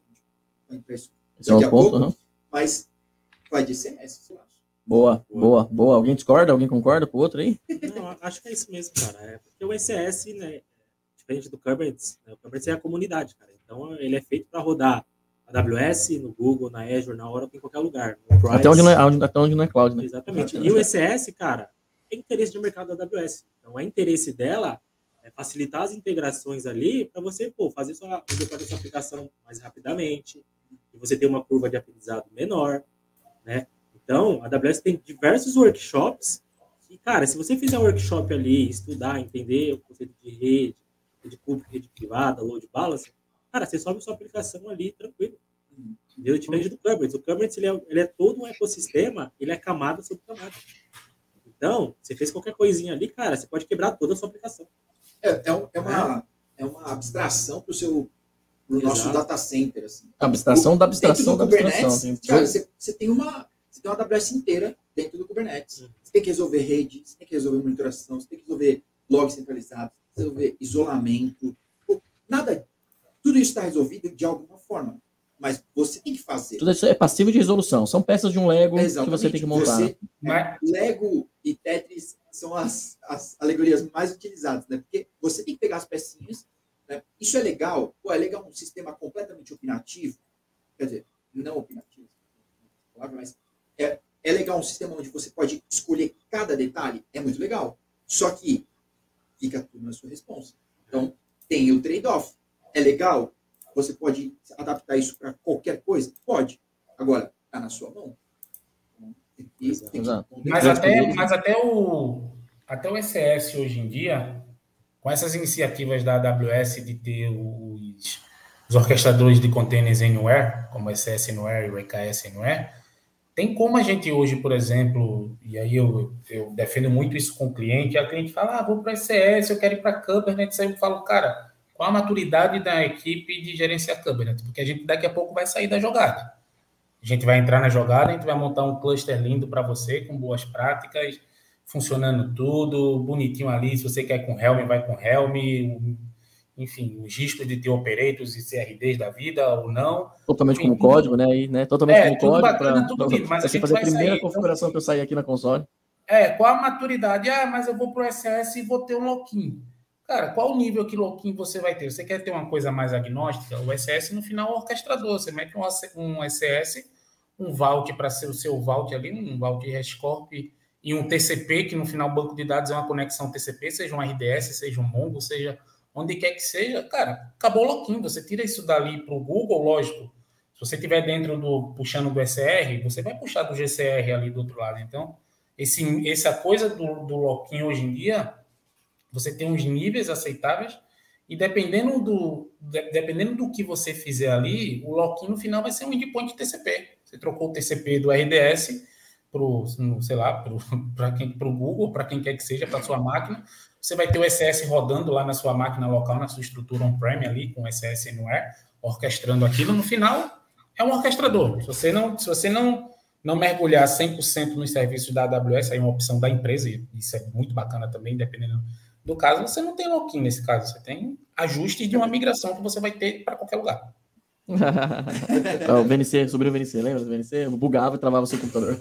Speaker 5: mas vai de ECS, eu acho.
Speaker 2: Boa. Alguém discorda? Alguém concorda com o outro aí?
Speaker 3: Não, acho que é isso mesmo, cara. Porque o ECS, né, diferente do Kubernetes, né, o Kubernetes é a comunidade, cara. Então, ele é feito para rodar AWS, no Google, na Azure, na Oracle, em qualquer lugar.
Speaker 2: Até onde não é cloud, né?
Speaker 3: Exatamente. E o ECS, cara, é interesse de mercado da AWS. Então, é interesse dela facilitar as integrações ali para você fazer sua aplicação mais rapidamente, e você ter uma curva de aprendizado menor, né? Então, a AWS tem diversos workshops e, cara, se você fizer um workshop ali, estudar, entender o conceito de rede pública, rede privada, load balance, cara, você sobe sua aplicação ali, tranquilo. Diferente do Kubernetes. O Kubernetes, ele é todo um ecossistema, ele é camada sobre camada. Então, você fez qualquer coisinha ali, cara, você pode quebrar toda a sua aplicação.
Speaker 5: É uma abstração para o nosso data center. Assim.
Speaker 2: Abstração da abstração da
Speaker 5: abstração. Cara, você tem uma AWS inteira dentro do Kubernetes. Você tem que resolver rede, você tem que resolver monitoração, você tem que resolver logs centralizados, você tem que resolver isolamento. Tudo isso está resolvido de alguma forma. Mas você tem que fazer.
Speaker 2: Tudo isso é passivo de resolução. São peças de um Lego que você tem que montar.
Speaker 5: Lego e Tetris são as alegorias mais utilizadas, né? Porque você tem que pegar as pecinhas, né? Isso é legal. Pô, é legal um sistema completamente opinativo. Quer dizer, não opinativo, mas é legal um sistema onde você pode escolher cada detalhe. É muito legal. Só que fica tudo na sua responsa. Então, tem o trade-off. É legal? Você pode adaptar isso para qualquer coisa? Pode. Agora, está na sua mão.
Speaker 6: Mas até o ECS hoje em dia, com essas iniciativas da AWS de ter os orquestradores de containers Anywhere, como o ECS Anywhere e o EKS Anywhere, tem como a gente hoje, por exemplo, e aí eu defendo muito isso com o cliente, a cliente fala, vou para o ECS, eu quero ir para Kubernetes, aí eu falo, cara, qual a maturidade da equipe de gerenciar Kubernetes? Porque a gente daqui a pouco vai sair da jogada. A gente vai entrar na jogada, a gente vai montar um cluster lindo para você, com boas práticas, funcionando tudo, bonitinho ali. Se você quer com Helm, vai com Helm. Enfim, os riscos de ter operators e CRDs da vida ou não.
Speaker 2: Totalmente como código, né? Aí, né? Totalmente como código.
Speaker 6: Bacana, tudo lindo, mas
Speaker 2: você fazer a primeira configuração que eu saí aqui na console.
Speaker 6: Qual a maturidade? Mas eu vou para o SS e vou ter um lock-in. Cara, qual nível que lock-in você vai ter? Você quer ter uma coisa mais agnóstica? O SS, no final, é um orquestrador. Você mete um SS, um vault para ser o seu vault ali, um vault HashiCorp e um TCP, que no final o banco de dados é uma conexão TCP, seja um RDS, seja um Mongo, seja onde quer que seja. Cara, acabou o lock-in. Você tira isso dali para o Google, lógico. Se você estiver puxando do SR, você vai puxar do GCR ali do outro lado. Então, essa coisa do lock-in hoje em dia, você tem uns níveis aceitáveis e dependendo do que você fizer ali, o lock-in no final vai ser um endpoint TCP. Você trocou o TCP do RDS para o Google, para quem quer que seja, para a sua máquina. Você vai ter o SS rodando lá na sua máquina local, na sua estrutura on-prem ali, com o SS Anywhere, orquestrando aquilo. No final, é um orquestrador. Se você não mergulhar 100% nos serviços da AWS, aí é uma opção da empresa, e isso é muito bacana também, dependendo do caso, você não tem lock-in nesse caso, você tem ajustes de uma migração que você vai ter para qualquer lugar.
Speaker 2: O VNC, sobre o VNC, lembra do VNC? Bugava e travava o seu computador.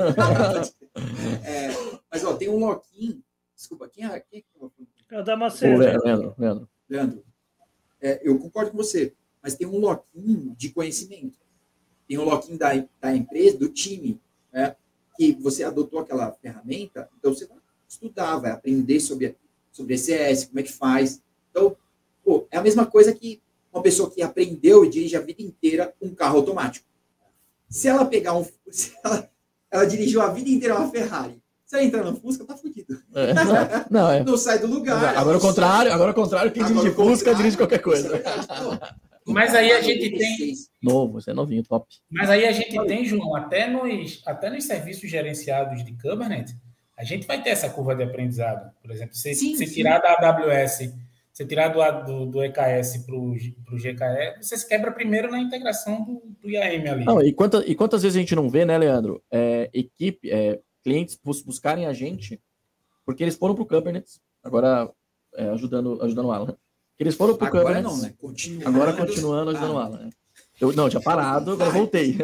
Speaker 5: Mas, tem um lock-in. Desculpa, quem é?
Speaker 4: É o Damasceno.
Speaker 5: Leandro. Eu concordo com você, mas tem um lock-in de conhecimento. Tem um lock-in da empresa, do time, né? Que você adotou aquela ferramenta, então você vai estudar, vai aprender sobre ECS, como é que faz. Então, é a mesma coisa que uma pessoa que aprendeu e dirige a vida inteira um carro automático. Se ela pegar ela dirigiu a vida inteira uma Ferrari. Se ela entrar no Fusca, tá fudido. Não sai do lugar.
Speaker 2: Agora o contrário, quem dirige Fusca dirige qualquer coisa.
Speaker 6: Mas aí a gente tem...
Speaker 2: Novo, você é novinho, top.
Speaker 6: Mas aí a gente tem, João, até nos serviços gerenciados de Kubernetes, a gente vai ter essa curva de aprendizado. Por exemplo, se tirar da AWS, você tirar do EKS para o GKE, você se quebra primeiro na integração do IAM ali.
Speaker 2: Não, e quantas vezes a gente não vê, né, Leandro? Clientes buscarem a gente, porque eles foram para o Kubernetes, agora ajudando o Alan. Eles foram para o Kubernetes.
Speaker 5: Não, né?
Speaker 2: Agora continuando ajudando o Alan. Né? Eu tinha parado, agora voltei.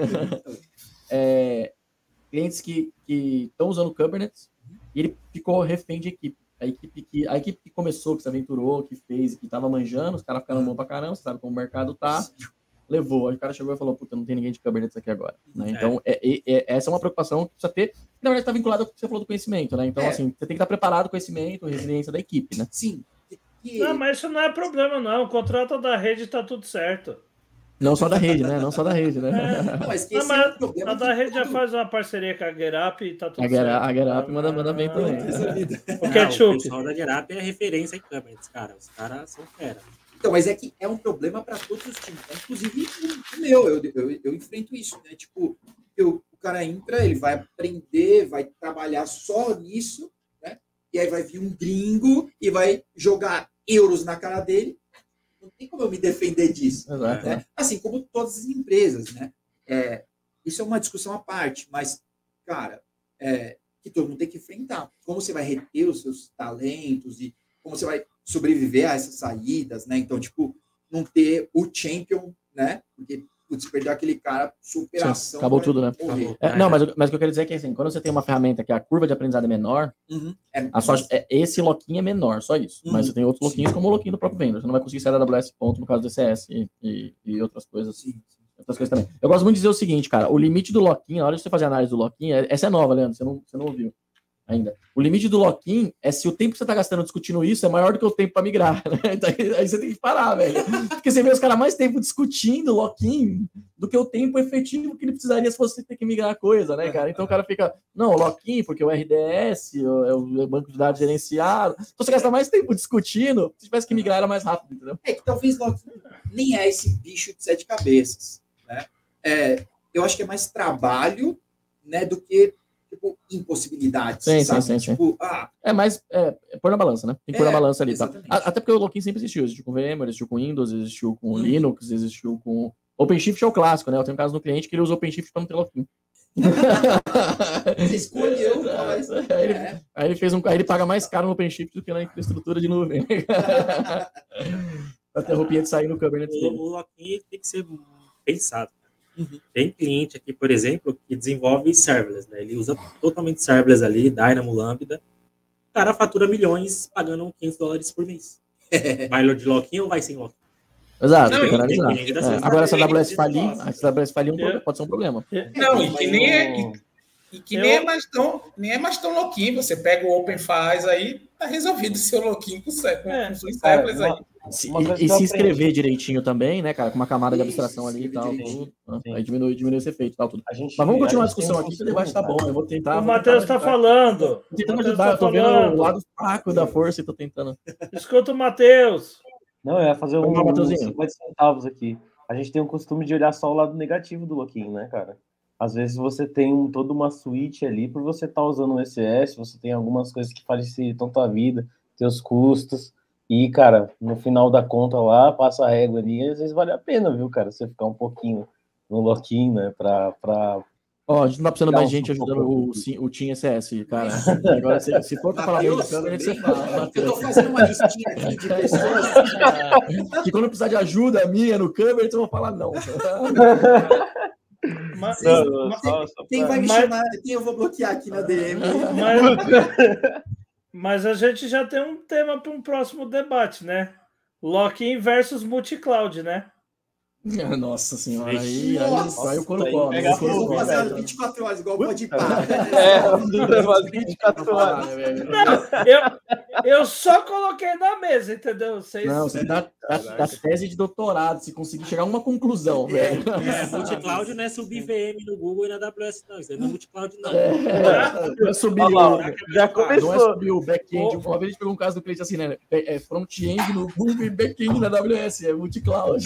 Speaker 2: Clientes que estão usando o Kubernetes e ele ficou refém de equipe. A equipe que começou, que se aventurou, que fez, que estava manjando, os caras ficaram bom pra caramba, sabe como o mercado tá, levou. Aí o cara chegou e falou, puta, não tem ninguém de Kubernetes aqui agora. Né? Então, essa é uma preocupação que precisa ter, na verdade está vinculada com o que você falou do conhecimento, né? Então, assim, você tem que estar preparado com o conhecimento, resiliência da equipe, né?
Speaker 5: Sim.
Speaker 4: Não, mas isso não é problema, não. O contrato da rede tá tudo certo.
Speaker 2: Não só da rede, né? Não só da rede, né?
Speaker 4: A da rede já faz uma parceria com a Gerap e tá tudo certo.
Speaker 2: A Gerap manda bem também.
Speaker 3: O pessoal da Gerap é referência em Kubernetes, cara. Os caras são fera.
Speaker 5: Então, mas é um problema para todos os times. Inclusive o meu, eu enfrento isso, né? Tipo, o cara entra, ele vai aprender, vai trabalhar só nisso, né? e aí vai vir um gringo e vai jogar euros na cara dele. Não tem como eu me defender disso.
Speaker 2: Exato.
Speaker 5: Né? Assim como todas as empresas, né? Isso é uma discussão à parte, mas, cara, que todo mundo tem que enfrentar. Como você vai reter os seus talentos e como você vai sobreviver a essas saídas, né? Então, tipo, não ter o champion, né? Porque perdeu aquele cara, superação.
Speaker 2: Acabou tudo, né? Não, mas o que eu quero dizer é que, assim, quando você tem uma ferramenta que a curva de aprendizado é menor, esse loquinho é menor, só isso. Mas você tem outros loquinhos, como o loquinho do próprio vendedor. Você não vai conseguir sair da AWS ponto no caso do ECS e outras coisas.
Speaker 5: Sim.
Speaker 2: Outras coisas também. Eu gosto muito de dizer o seguinte, cara, o limite do loquinho, na hora de você fazer a análise do loquinho, essa é nova, Leandro, você não ouviu ainda. O limite do lock-in é se o tempo que você tá gastando discutindo isso é maior do que o tempo para migrar, né? Então, aí você tem que parar, velho. Porque você vê os caras mais tempo discutindo lock-in do que o tempo efetivo que ele precisaria se você ter que migrar a coisa, né, cara? Então o cara fica, não, lock-in, porque o RDS, é o banco de dados gerenciado. Então você gasta mais tempo discutindo, se tivesse que migrar era mais rápido, entendeu?
Speaker 5: Que talvez lock-in nem é esse bicho de 7 cabeças, né? Eu acho que é mais trabalho, né, do que tipo, impossibilidades, sabe?
Speaker 2: Sim.
Speaker 5: Tipo,
Speaker 2: mais pôr na balança, né? Tem que pôr na balança ali, tá? Até porque o lock-in sempre existiu. Existiu com VMware, existiu com Windows, existiu com Linux, existiu com... OpenShift é o clássico, né? Eu tenho um caso no cliente que ele usa OpenShift para não ter lock-in.
Speaker 5: Você escolheu, mas...
Speaker 2: Aí ele paga mais caro no OpenShift do que na infraestrutura de nuvem. Pra ter roupinha de sair no Kubernetes.
Speaker 3: O lock-in tem que ser pensado. Tem cliente aqui, por exemplo, que desenvolve serverless, né? Ele usa totalmente serverless ali, Dynamo, Lambda. O cara fatura milhões pagando $500 por mês. Vai de lock-in ou vai sem lock-in?
Speaker 2: Exato, tem que analisar. Agora, se a AWS falir, pode ser um problema.
Speaker 6: Não, e que nem é mais tão loquinho. Você pega o OpenFiles aí, tá resolvido o seu loquinho com funções serverless aí.
Speaker 2: E se escrever direitinho também, né, cara, com uma camada de abstração ali e tal, tudo, aí diminui esse efeito e tal, tudo. Mas vamos continuar a discussão aqui, que o debate tá bom, eu vou tentar...
Speaker 4: O Matheus tá falando.
Speaker 2: Tô tentando ajudar, eu tô vendo o lado fraco da força e tô tentando...
Speaker 4: Escuta o Matheus.
Speaker 7: Não, eu ia fazer 50 centavos aqui. A gente tem um costume de olhar só o lado negativo do lock-in, né, cara? Às vezes você tem toda uma suíte ali, por você estar usando o ECS, você tem algumas coisas que facilitam tua vida, teus custos... E, cara, no final da conta lá, passa a régua ali, às vezes vale a pena, viu, cara, você ficar um pouquinho no lock-in, né,
Speaker 2: a gente não tá precisando mais gente ajudando o Team ECS, cara. Agora, se for pra falar muito de câmera, você fala.
Speaker 5: Eu tô fazendo uma listinha aqui de pessoas
Speaker 2: que quando precisar de ajuda minha no câmera, eu vou falar não.
Speaker 5: Quem vai me chamar, quem eu vou bloquear aqui na DM?
Speaker 4: Mas a gente já tem um tema para um próximo debate, né? Lock-in versus multi-cloud, né?
Speaker 2: Nossa senhora, aí o couro come.
Speaker 5: Vou fazer 24 horas, igual pode parar.
Speaker 7: 24 horas.
Speaker 4: Não, eu só coloquei na mesa, entendeu?
Speaker 2: Não, você dá tese de doutorado, se conseguir chegar a uma conclusão, velho.
Speaker 3: Multi-cloud não é subir VM no Google e na AWS, não. Isso aí não é multi-cloud, não.
Speaker 2: Não é subir
Speaker 7: já começou.
Speaker 2: Não é subir o back-end. Uma vez a gente pegou um caso do cliente assim, né? Front-end no Google e back-end na AWS, é multi-cloud.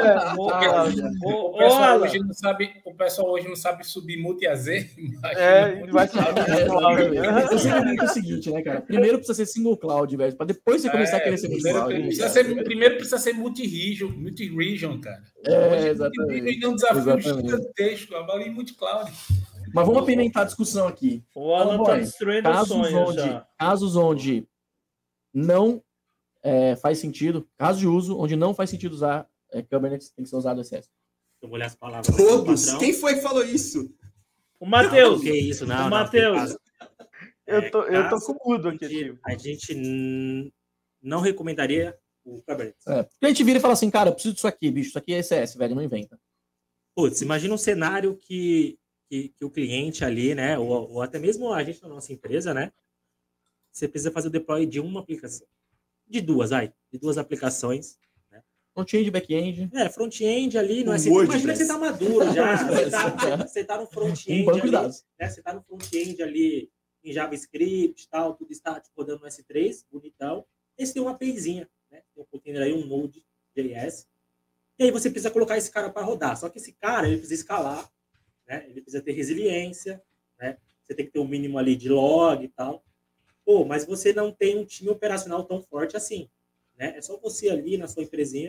Speaker 6: O pessoal hoje não sabe subir multi-AZ.
Speaker 7: Vai saber.
Speaker 2: Eu sempre digo o seguinte, né, cara? Primeiro precisa ser single cloud, velho, para depois você começar a querer ser multi-cloud.
Speaker 6: Primeiro precisa ser multi-region, cara.
Speaker 2: Exatamente.
Speaker 6: É um desafio gigantesco, avalie multi-cloud.
Speaker 2: Mas vamos apimentar a discussão aqui.
Speaker 4: O Alan tá destruindo o sonho já.
Speaker 2: Casos onde não faz sentido, casos de uso onde não faz sentido usar Kubernetes, tem que ser usado ECS.
Speaker 3: Eu vou ler as palavras.
Speaker 5: Todos! Quem foi que falou isso?
Speaker 4: O Matheus.
Speaker 3: Que isso, não.
Speaker 4: O Matheus.
Speaker 7: Eu tô com mudo aqui.
Speaker 3: A gente não recomendaria o Kubernetes.
Speaker 2: A gente vira e fala assim, cara, eu preciso disso aqui, bicho, isso aqui é ECS, velho, não inventa.
Speaker 3: Putz, imagina um cenário que o cliente ali, né, ou até mesmo a gente na nossa empresa, né, você precisa fazer o deploy de uma aplicação. De duas aplicações.
Speaker 2: Front-end, back-end.
Speaker 3: Front-end ali, não é assim. Imagina que você tá maduro já. Você tá no front-end ali. Né, você tá no front-end ali em JavaScript, tal, tudo está rodando no S3, bonitão. Esse tem uma APIzinha, né? Tem um container aí, um Node.js. E aí você precisa colocar esse cara para rodar. Só que esse cara, ele precisa escalar, né? Ele precisa ter resiliência, né? Você tem que ter um mínimo ali de log e tal. Pô, mas você não tem um time operacional tão forte assim, né? É só você ali na sua empresinha.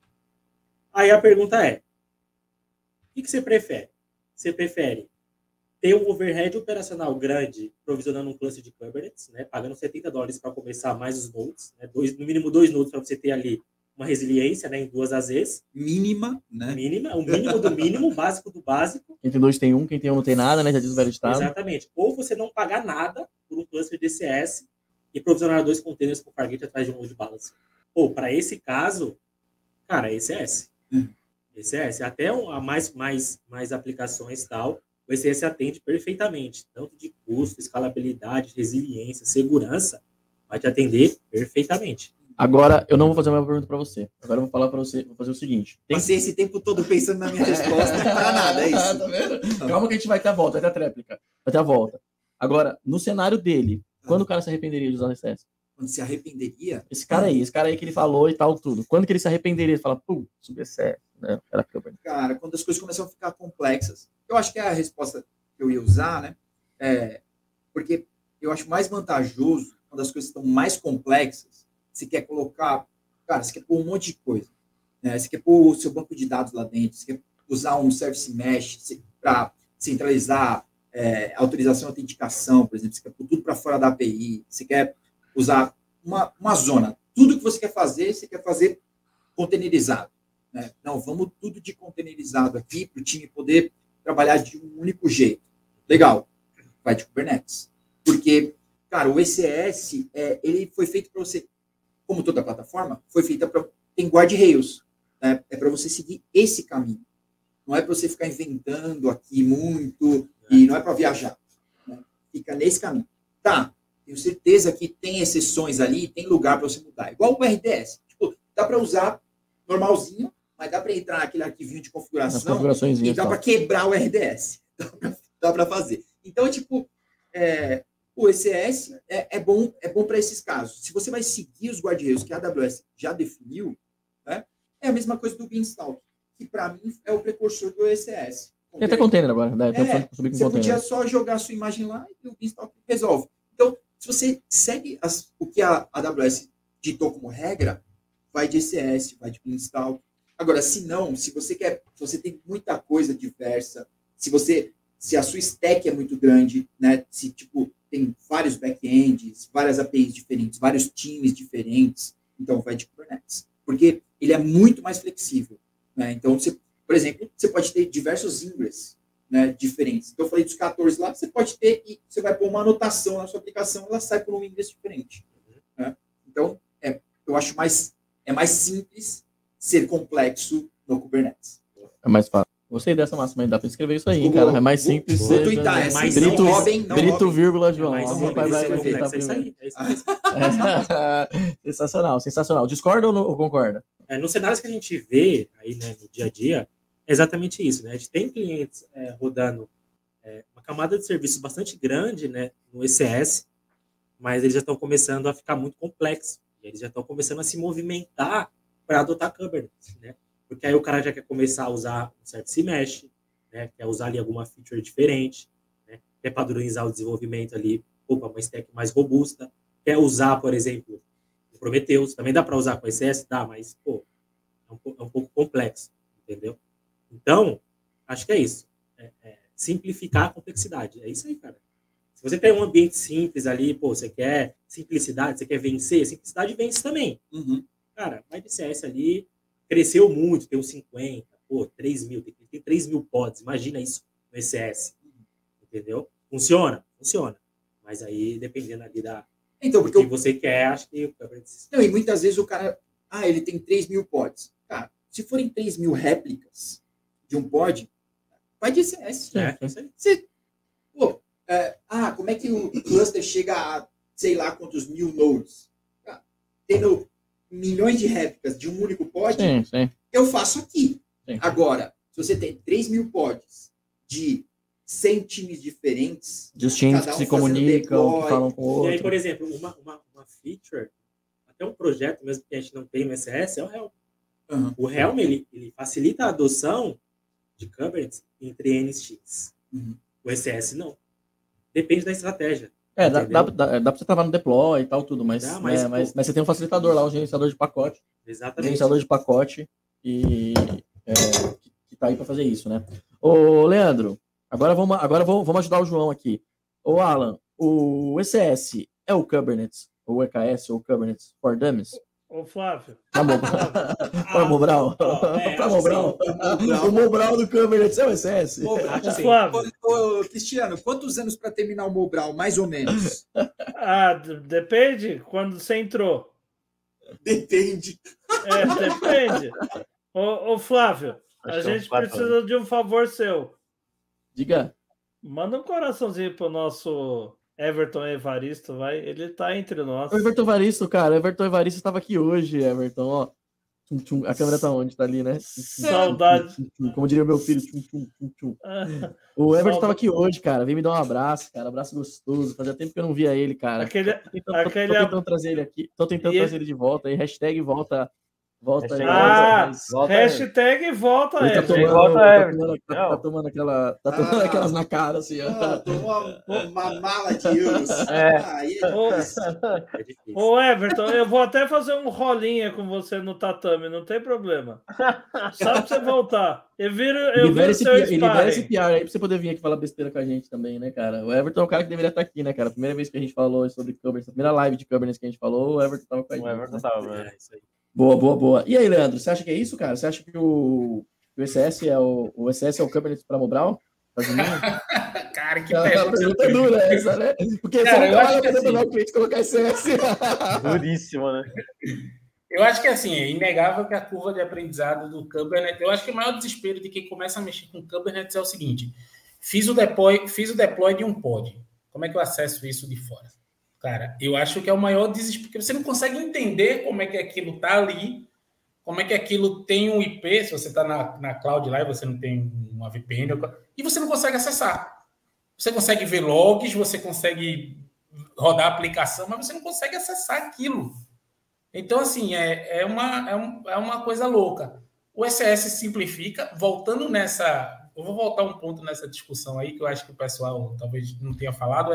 Speaker 3: Aí a pergunta é, o que você prefere? Você prefere ter um overhead operacional grande, provisionando um cluster de Kubernetes, né? Pagando $70 para começar mais os nodes, né? No mínimo 2 nodes para você ter ali uma resiliência, né, em 2 AZs.
Speaker 5: Mínima, né?
Speaker 3: Mínima, o mínimo do mínimo, o básico do básico.
Speaker 2: Quem tem 2 tem 1, quem tem 1 não tem nada, né? Já diz o velho ditado.
Speaker 3: Exatamente. Ou você não pagar nada por um cluster de ECS e provisionar 2 containers com Fargate atrás de um load balance. Ou, para esse caso, cara, ECS. ECS. Até mais aplicações e tal, o ECS atende perfeitamente. Tanto de custo, escalabilidade, resiliência, segurança, vai te atender perfeitamente.
Speaker 2: Agora, eu não vou fazer uma pergunta para você. Agora eu vou falar para você, vou fazer o seguinte.
Speaker 5: Passei esse tempo todo pensando na minha resposta, não para nada, é isso.
Speaker 2: Tá vendo? Calma que a gente vai ter a volta, vai ter a tréplica. Vai ter a volta. Agora, no cenário dele, quando o cara se arrependeria de usar o ECS?
Speaker 5: Quando se arrependeria?
Speaker 2: Esse cara aí que ele falou e tal, tudo. Quando que ele se arrependeria? Ele fala, pô, sub ECS, né?
Speaker 5: Cara, quando as coisas começam a ficar complexas. Eu acho que é a resposta que eu ia usar, né? Porque eu acho mais vantajoso quando as coisas estão mais complexas. Você quer colocar, cara, você quer pôr um monte de coisa, né? Você quer pôr o seu banco de dados lá dentro, você quer usar um service mesh para centralizar autorização e autenticação, por exemplo, você quer pôr tudo para fora da API, você quer usar uma zona. Tudo que você quer fazer containerizado, né? Não, vamos tudo de containerizado aqui para o time poder trabalhar de um único jeito. Legal, vai de Kubernetes. Porque, cara, o ECS, ele foi feito para você, como toda plataforma, foi feita para... Tem guardrails, né? É para você seguir esse caminho. Não é para você ficar inventando aqui muito, e não é para viajar, né? Fica nesse caminho. Tá, tenho certeza que tem exceções ali, tem lugar para você mudar. Igual o RDS. Tipo, dá para usar normalzinho, mas dá para entrar naquele arquivinho de configuração e dá para quebrar o RDS. Dá para fazer. Então, tipo... o ECS é bom para esses casos. Se você vai seguir os guardrails que a AWS já definiu, né, é a mesma coisa do Beanstalk, que para mim é o precursor do ECS.
Speaker 2: Tem até container agora, né?
Speaker 5: Você podia só jogar a sua imagem lá e o Beanstalk resolve. Então, se você segue o que a AWS ditou como regra, vai de ECS, vai de Beanstalk. Agora, se não, se você tem muita coisa diversa, se a sua stack é muito grande, né, se tipo tem vários backends, várias APIs diferentes, vários times diferentes, então vai de Kubernetes. Porque ele é muito mais flexível, né? Então, por exemplo, você pode ter diversos ingress, né, diferentes. Então, eu falei dos 14 lá, você pode ter e você vai pôr uma anotação na sua aplicação, ela sai por um ingress diferente, né? Então, eu acho mais simples ser complexo no Kubernetes.
Speaker 2: É mais fácil. Gostei dessa máxima aí, dá para escrever isso aí, cara. É mais simples.
Speaker 5: Vou tweetar, é mais
Speaker 2: Brito, vírgula, João. Sensacional, sensacional. Discorda ou concorda?
Speaker 3: Nos cenários que a gente vê aí, né, no dia a dia, é exatamente isso, né? A gente tem clientes rodando uma camada de serviços bastante grande, né, no ECS, mas eles já estão começando a ficar muito complexos. Eles já estão começando a se movimentar para adotar Kubernetes, né? Porque aí o cara já quer começar a usar um service mesh, né? Quer usar ali alguma feature diferente, né? Quer padronizar o desenvolvimento ali, uma stack mais robusta. Quer usar, por exemplo, o Prometheus. Também dá para usar com ECS? Dá, mas, é um pouco complexo, entendeu? Então, acho que é isso. Simplificar a complexidade. É isso aí, cara. Se você tem um ambiente simples ali, você quer simplicidade, você quer vencer, simplicidade vence também.
Speaker 5: Uhum.
Speaker 3: Cara, vai de CS ali, cresceu muito, tem uns 50, 3 mil, tem 3 mil pods, imagina isso no ECS, entendeu? Funciona. Mas aí, dependendo ali do que você quer, acho que...
Speaker 5: Não, e muitas vezes o cara, ele tem 3 mil pods. Cara, se forem 3 mil réplicas de um pod, vai de ECS. Como é que o cluster chega a, sei lá, quantos mil nodes? Tendo milhões de réplicas de um único pod, eu faço aqui. Sim. Agora, se você tem 3 mil pods de 100 times diferentes,
Speaker 2: de os times que se comunicam, que falam com o outro.
Speaker 3: E aí, por exemplo, uma feature, até um projeto mesmo que a gente não tem no ECS, é o Helm.
Speaker 5: Uhum.
Speaker 3: O Helm, ele facilita a adoção de Kubernetes entre NX.
Speaker 5: Uhum.
Speaker 3: O ECS não. Depende da estratégia.
Speaker 2: Dá pra você travar no deploy e tal, tudo, mas você tem um facilitador lá, um gerenciador de pacote.
Speaker 3: Exatamente.
Speaker 2: Gerenciador de pacote que tá aí para fazer isso, né? Ô, Leandro, agora vamos ajudar o João aqui. Ô, Alan, o ECS é o Kubernetes, ou o EKS, ou o Kubernetes for Dummies?
Speaker 4: Ô, Flávio.
Speaker 2: Para Mobral. O Mobral do Kubernetes é o ECS.
Speaker 5: Flávio. Cristiano, quantos anos para terminar o Mobral, mais ou menos?
Speaker 4: Depende quando você entrou.
Speaker 5: Depende.
Speaker 4: Depende. Ô, Flávio, a gente precisa de um favor seu.
Speaker 2: Diga.
Speaker 4: Manda um coraçãozinho pro nosso Everton Evaristo, vai. Ele tá entre nós.
Speaker 2: O Everton Evaristo, cara. O Everton Evaristo estava aqui hoje, Everton, ó. A câmera tá onde? Tá ali, né?
Speaker 4: Saudade.
Speaker 2: Como diria o meu filho. O Everton estava aqui hoje, cara. Veio me dar um abraço, cara. Abraço gostoso. Fazia tempo que eu não via ele, cara. Tô tentando trazer ele aqui. Tô tentando trazer ele de volta. Aí, hashtag volta.
Speaker 4: Hashtag volta,
Speaker 2: Tá tomando aquelas na cara, assim.
Speaker 5: Tomou uma mala de euros.
Speaker 4: Ô, Everton, eu vou até fazer um rolinha com você no tatame, não tem problema. Só pra você voltar. Eu viro
Speaker 2: libera esse PR aí pra você poder vir aqui falar besteira com a gente também, né, cara? O Everton é o cara que deveria estar aqui, né, cara? A primeira vez que a gente falou sobre Kubernetes, a primeira live de Kubernetes que a gente falou, o Everton tava com a gente.
Speaker 7: O Everton tava,
Speaker 2: isso aí. Boa. E aí, Leandro, você acha que é isso, cara? Você acha que o ECS é o Kubernetes para Mobral?
Speaker 6: Cara, que pergunta
Speaker 2: dura essa, né? Porque
Speaker 6: cara,
Speaker 2: você não vai abandonar o cliente colocar ECS.
Speaker 7: Duríssimo, né?
Speaker 6: Eu acho que assim, é inegável que a curva de aprendizado do Kubernetes... Eu acho que o maior desespero de quem começa a mexer com Kubernetes é o seguinte: fiz o deploy de um pod. Como é que eu acesso isso de fora? Cara, eu acho que é o maior desespero, porque você não consegue entender como é que aquilo está ali, como é que aquilo tem um IP, se você está na cloud lá e você não tem uma VPN, e você não consegue acessar. Você consegue ver logs, você consegue rodar a aplicação, mas você não consegue acessar aquilo. Então, assim, é uma coisa louca. O ECS simplifica, voltando nessa... Eu vou voltar um ponto nessa discussão aí, que eu acho que o pessoal talvez não tenha falado,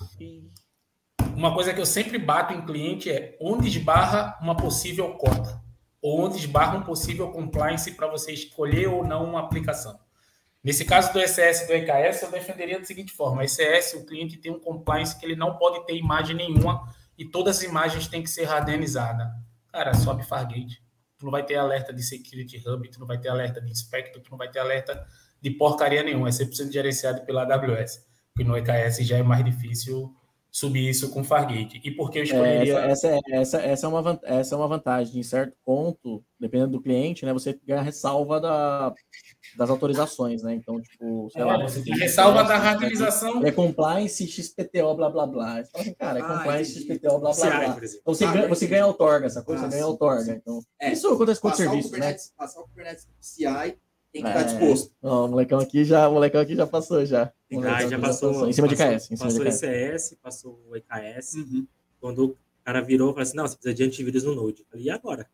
Speaker 6: uma coisa que eu sempre bato em cliente é onde esbarra uma possível cota, ou onde esbarra um possível compliance para você escolher ou não uma aplicação. Nesse caso do ECS e do EKS, eu defenderia da seguinte forma: ECS, o cliente tem um compliance que ele não pode ter imagem nenhuma e todas as imagens têm que ser radenizadas. Cara, sobe Fargate. Tu não vai ter alerta de Security Hub, tu não vai ter alerta de Inspector, tu não vai ter alerta de porcaria nenhuma. É 100% gerenciado pela AWS, porque no EKS já é mais difícil subir isso com Fargate. E por que eu escolheria...
Speaker 2: Essa é uma vantagem. Em certo ponto, dependendo do cliente, né, você ganha a ressalva das autorizações, né? Então, tipo, sei lá...
Speaker 6: Você tem ressalva da radicalização...
Speaker 2: É compliance XPTO, blá, blá, blá. Você fala assim, cara, é compliance XPTO, blá, blá, blá. Então, você ganha outorga, essa coisa, você ganha outorga. Então, isso acontece com outros serviços, né?
Speaker 5: Passar o Kubernetes no CI... Tem que estar disposto.
Speaker 2: Ó, o molecão aqui já passou já.
Speaker 3: Já passou.
Speaker 2: Em cima de KS.
Speaker 3: Passou o ECS, passou o EKS. Uhum. Quando o cara virou, falou assim: não, você precisa de antivírus no Node. Eu falei, e agora?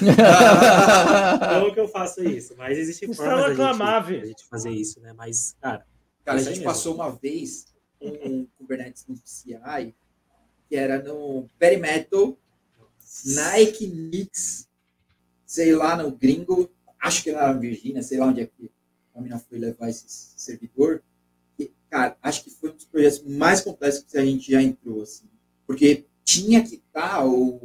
Speaker 3: Como que eu faço isso? Mas existe formas da gente fazer isso, né? Mas, cara,
Speaker 5: a gente passou uma vez um Kubernetes no CI, que era no Perimeter, na Equinix, sei lá, no Gringo. Acho que era na Virgínia, sei lá onde é que a mina foi levar esse servidor. E, cara, acho que foi um dos projetos mais complexos que a gente já entrou, assim. Porque tinha que estar,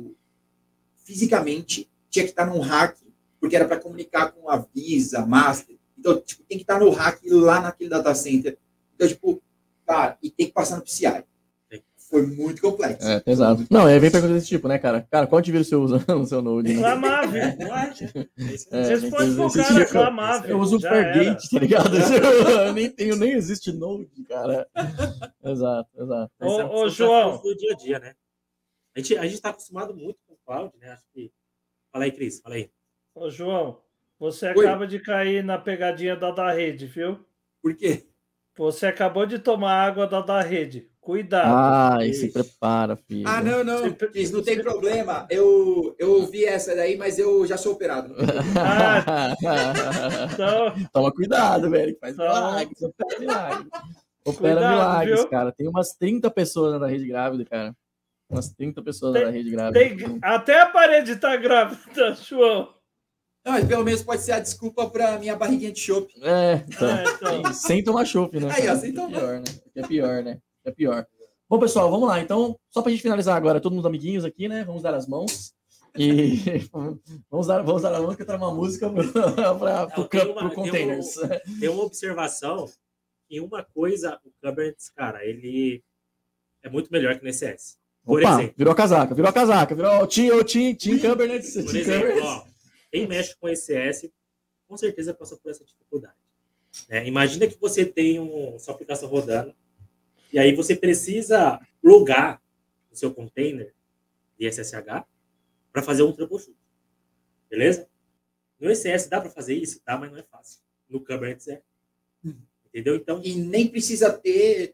Speaker 5: fisicamente, tinha que estar num hack, porque era para comunicar com a Visa, Master. Então, tipo, tem que estar no hack lá naquele data center. Então, tipo, cara, e tem que passar no PCI. Foi muito complexo.
Speaker 2: É, pesado. Não, aí vem pergunta desse tipo, né, cara? Cara, qual antivírus você usa no seu Node?
Speaker 4: Reclamável. Vocês podem focar na reclamável.
Speaker 2: Eu uso o Fargate, tá ligado? Eu nem existe Node, cara. Exato.
Speaker 4: Ô, João.
Speaker 3: Do dia a dia, né? A gente tá acostumado muito com o cloud, né? Acho que... Fala aí, Cris, fala aí.
Speaker 4: Ô, João, você acaba de cair na pegadinha da rede, viu?
Speaker 5: Por quê?
Speaker 4: Você acabou de tomar água da rede. Cuidado.
Speaker 2: Se prepara, filho.
Speaker 5: Não. Não tem problema. Eu ouvi essa daí, mas eu já sou operado.
Speaker 2: Então... Toma cuidado, velho. Faz milagre. Opera milagres, cara. Tem umas 30 pessoas na rede grávida, cara. Umas 30 pessoas na rede grávida.
Speaker 4: Até a parede tá grávida, João.
Speaker 5: Não, mas pelo menos pode ser a desculpa para minha barriguinha de chopp.
Speaker 2: Então. Sem tomar chopp, né?
Speaker 5: Aí, ó, sem tomar.
Speaker 2: Pior, né? É pior, né? É pior. Bom, pessoal, vamos lá. Então, só pra gente finalizar agora, todo mundo amiguinhos aqui, né? Vamos dar as mãos. E vamos dar a mão que eu trago uma música pro Containers.
Speaker 3: Tem uma observação e uma coisa, o Kubernetes, cara, ele é muito melhor que no ECS. Por exemplo,
Speaker 2: virou a casaca, virou o Team Kubernetes.
Speaker 3: Por exemplo, ó, quem mexe com ECS, com certeza passa por essa dificuldade. Imagina que você tem sua aplicação rodando e aí você precisa logar o seu container de SSH para fazer um troubleshoot. Beleza? No ECS dá para fazer isso? Dá, mas não é fácil. No Kubernetes é. Entendeu? Então,
Speaker 5: e nem precisa ter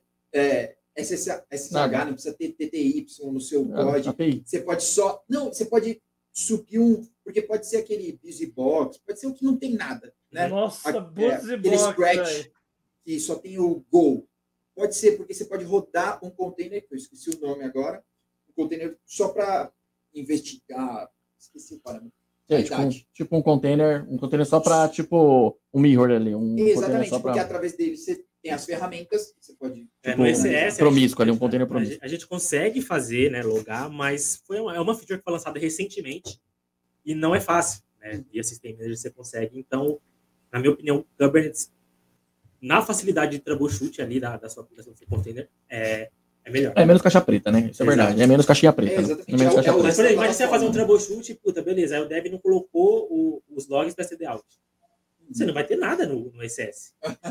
Speaker 5: SSH, não precisa ter TTY no seu código. Você pode só... Não, você pode subir porque pode ser aquele BusyBox, pode ser o que não tem nada. Né?
Speaker 4: Nossa, BusyBox,
Speaker 5: aquele Scratch, que só tem o Go. Pode ser porque você pode rodar um container, que eu esqueci o nome agora, um container só para investigar, esqueci o parâmetro.
Speaker 2: Tipo um container só para tipo um mirror ali.
Speaker 5: Exatamente, porque através dele você tem as ferramentas, você pode...
Speaker 3: no ECS,
Speaker 2: promíscuo ali, um container promíscuo.
Speaker 3: A gente consegue fazer, né, logar, mas é uma feature que foi lançada recentemente e não é fácil, né? Via System Manager você consegue. Então, na minha opinião, Kubernetes, na facilidade de troubleshoot ali da sua aplicação do seu container, é melhor.
Speaker 2: É menos caixa preta, né? Isso é verdade. É menos caixinha preta.
Speaker 3: Menos caixa preta. Mas, por exemplo, você vai fazer um troubleshoot, puta, beleza, aí o dev não colocou os logs da CD out. Você não vai ter nada no ECS.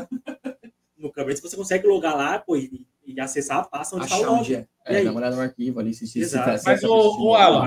Speaker 3: No Kubernetes você consegue logar lá, pô, e acessar a pasta onde está o log.
Speaker 2: Dá uma olhada no arquivo ali.
Speaker 6: Mas o Alan,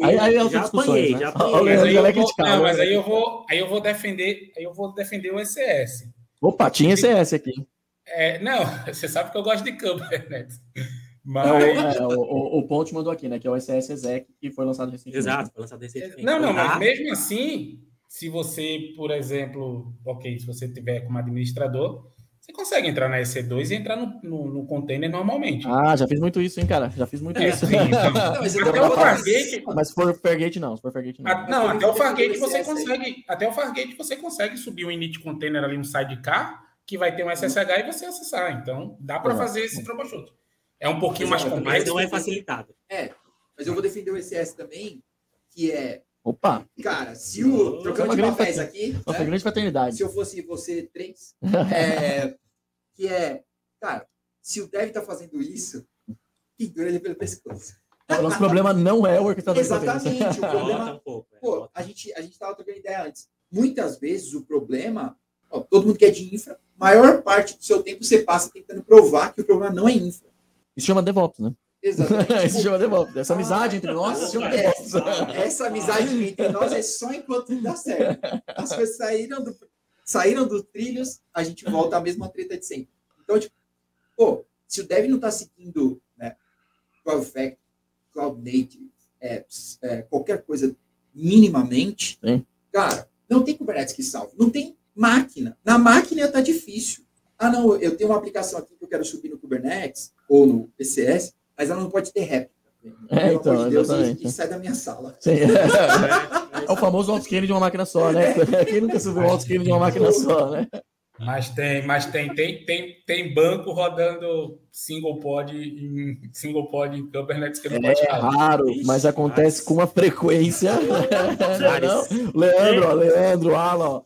Speaker 3: Mas
Speaker 6: aí eu vou defender o ECS.
Speaker 2: Opa, tinha ECS aqui.
Speaker 6: Não, você sabe que eu gosto de Kubernetes. Mas...
Speaker 2: o Ponte mandou aqui, né? Que é o ECS Exec, que foi lançado recentemente.
Speaker 3: Exato, foi lançado recentemente.
Speaker 6: Não, mas mesmo assim, se você, por exemplo, se você tiver como administrador, você consegue entrar na EC2 e entrar no container normalmente.
Speaker 2: Já fiz muito isso, hein, cara? Já fiz muito isso.
Speaker 6: Sim, então. Até o Fargate...
Speaker 2: Mas se for Fargate, não.
Speaker 6: Não, até o Fargate você consegue... Até o Fargate você consegue subir um init container ali no sidecar, que vai ter um SSH e você acessar. Então, dá para fazer esse troubleshoot. É um pouquinho mais complexo.
Speaker 3: Mas não é facilitado.
Speaker 5: Mas eu vou defender o ECS também, que é...
Speaker 2: Opa!
Speaker 5: Cara, se o... Trocando de papéis aqui...
Speaker 2: Nossa, grande fraternidade.
Speaker 5: Se eu fosse você 3, cara, se o dev tá fazendo isso, pendura ele pelo pescoço.
Speaker 2: O nosso problema não é o orquestrador.
Speaker 5: Exatamente. O problema... Pô, a gente tava trocando ideia antes. Muitas vezes o problema... todo mundo que é de infra, maior parte do seu tempo você passa tentando provar que o problema não é infra.
Speaker 2: Isso chama DevOps, né?
Speaker 5: Exatamente.
Speaker 2: Isso chama DevOps. Essa amizade entre nós se chama DevOps.
Speaker 5: Essa amizade entre nós é só enquanto dá certo. As coisas saíram dos trilhos, a gente volta à mesma treta de sempre. Então, se o dev não está seguindo, né, Cloud Factory, Cloud Native, apps, qualquer coisa minimamente, cara, não tem Kubernetes que salve. Não tem máquina. Na máquina está difícil. Não, eu tenho uma aplicação aqui que eu quero subir no Kubernetes ou no ECS, mas ela não pode ter réplica. Pelo amor de Deus, e sai da minha sala.
Speaker 2: É o famoso autoscaling de uma máquina só, né? Quem nunca subiu o autoscaling de uma máquina só, né?
Speaker 6: Mas tem banco rodando single pod em Kubernetes que não pode falar.
Speaker 2: Raro, mas acontece com uma frequência. Não? Leandro, Alan,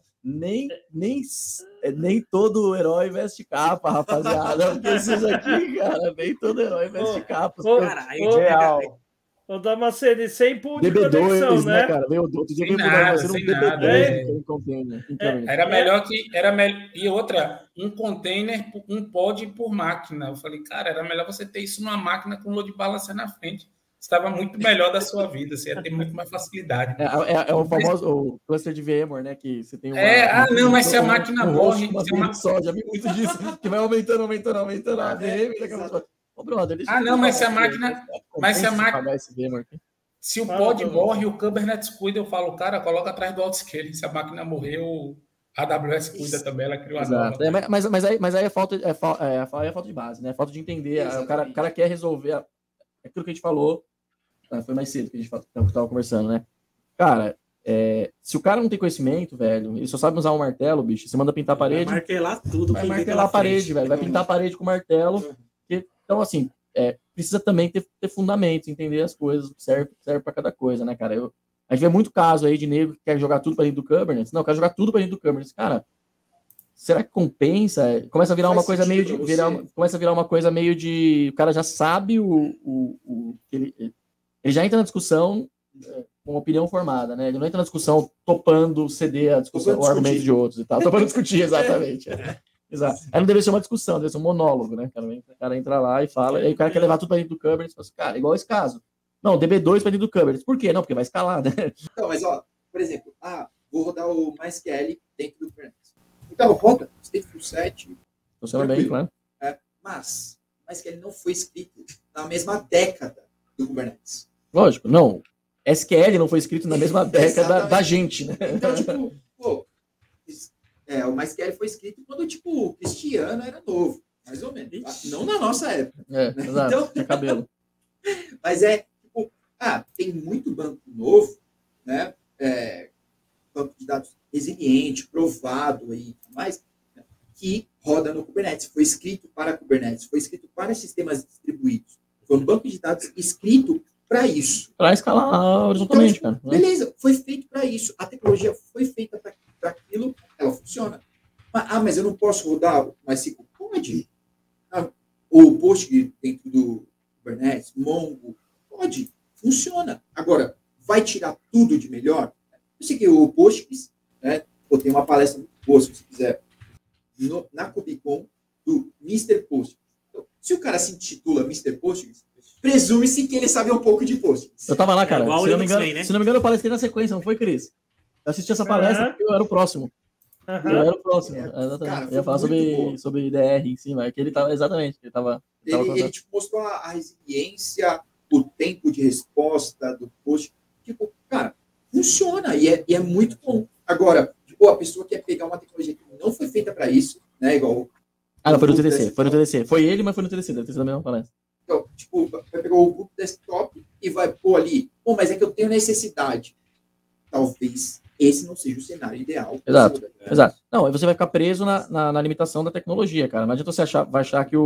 Speaker 2: nem todo herói veste capa, rapaziada. Porque esses aqui, cara, nem todo herói veste capa.
Speaker 3: Cara, aí real.
Speaker 4: Vou dar uma série sem pool de
Speaker 2: DB2,
Speaker 4: conexão,
Speaker 2: né, cara? Outro dia
Speaker 6: sem nada,
Speaker 2: sem
Speaker 6: DB2. Era melhor que... E outra, um container, um pod por máquina. Eu falei, cara, era melhor você ter isso numa máquina com load balancer na frente. Estava muito melhor da sua vida, você ia ter muito mais facilidade.
Speaker 2: É o famoso cluster de VMware, né? Que você tem
Speaker 6: mas se a máquina morre...
Speaker 2: Já vi muito disso, que vai aumentando a VM. Brother,
Speaker 6: mas se a máquina... Se o pod morre, o Kubernetes cuida, eu falo, cara, coloca atrás do autoscaling. Se a máquina morrer, A AWS cuida também, ela criou a nova.
Speaker 2: Mas aí é falta de base, né? É falta de entender. O cara quer resolver aquilo que a gente falou. Foi mais cedo que a gente estava conversando, né? Cara, se o cara não tem conhecimento, velho, ele só sabe usar um martelo, bicho, você manda pintar a parede.
Speaker 3: Vai martelar tudo.
Speaker 2: Vai martelar a parede, velho. Vai pintar a parede com martelo. Então, assim, precisa também ter fundamentos, entender as coisas, o que serve para cada coisa, né, cara? A gente vê muito caso aí de nego que quer jogar tudo para dentro do Kubernetes. Não, quer jogar tudo para dentro do Kubernetes. Cara, será que compensa? Começa a virar uma coisa meio de... começa a virar uma coisa meio de... O cara já sabe ele já entra na discussão com uma opinião formada, né? Ele não entra na discussão topando ceder a discussão, o argumento de outros e tal. Topando discutir, exatamente. Exato. Aí não deve ser uma discussão, deve ser um monólogo, né? O cara entra lá e fala, e aí o cara quer levar tudo para dentro do Kubernetes e fala assim, cara, igual esse caso. Não, DB2 para dentro do Kubernetes. Por quê? Não, porque vai escalar, né?
Speaker 5: Não, mas ó, por exemplo, vou rodar o MySQL dentro do Kubernetes. Então, roda, stateful set.
Speaker 2: Funciona bem, claro.
Speaker 5: Mas o MySQL não foi escrito na mesma década do Kubernetes.
Speaker 2: Lógico, não. SQL não foi escrito na mesma década da gente, né?
Speaker 5: Então, tipo, o MySQL foi escrito quando, tipo, o Cristiano era novo, mais ou menos. Não na nossa época.
Speaker 2: Né? Exato, então, tinha cabelo.
Speaker 5: Mas tipo, tem muito banco novo, né? Banco de dados resiliente, provado aí, mais, né? Que roda no Kubernetes. Foi escrito para Kubernetes, foi escrito para sistemas distribuídos. Foi um banco de dados escrito para isso.
Speaker 2: Para escalar horizontalmente,
Speaker 5: então, tipo, cara. Beleza, foi feito para isso. A tecnologia foi feita para aquilo, ela funciona. Mas eu não posso rodar o MySQL? Pode. O Postgre dentro do Kubernetes, Mongo, pode, funciona. Agora, vai tirar tudo de melhor? Eu sei que o Postgres, né, tem uma palestra muito boa, se você quiser, na KubeCon, do Mr. Postgres. Então, se o cara se intitula Mr. Postgres, presume-se que ele sabe um pouco de Postgres.
Speaker 2: Eu tava lá, cara. Se não me engano, eu palestrei na sequência, não foi, Cris? Eu assisti essa palestra porque eu era o próximo. Eu era o próximo, exatamente. Cara, eu ia falar sobre DR em cima, que ele tava, exatamente. Ele
Speaker 5: tipo, mostrou a resiliência, o tempo de resposta do post. Tipo, cara, funciona e é muito bom. Agora, tipo, a pessoa quer pegar uma tecnologia que não foi feita para isso, né? Igual.
Speaker 2: Não, foi no TDC. Foi ele, mas foi no TDC, deve ter sido a mesma palestra.
Speaker 5: Então, tipo, vai pegar o grupo desktop e vai pôr ali, mas é que eu tenho necessidade. Talvez esse não seja o cenário ideal.
Speaker 2: Exato. Não, aí você vai ficar preso na limitação da tecnologia, cara. Não adianta você achar que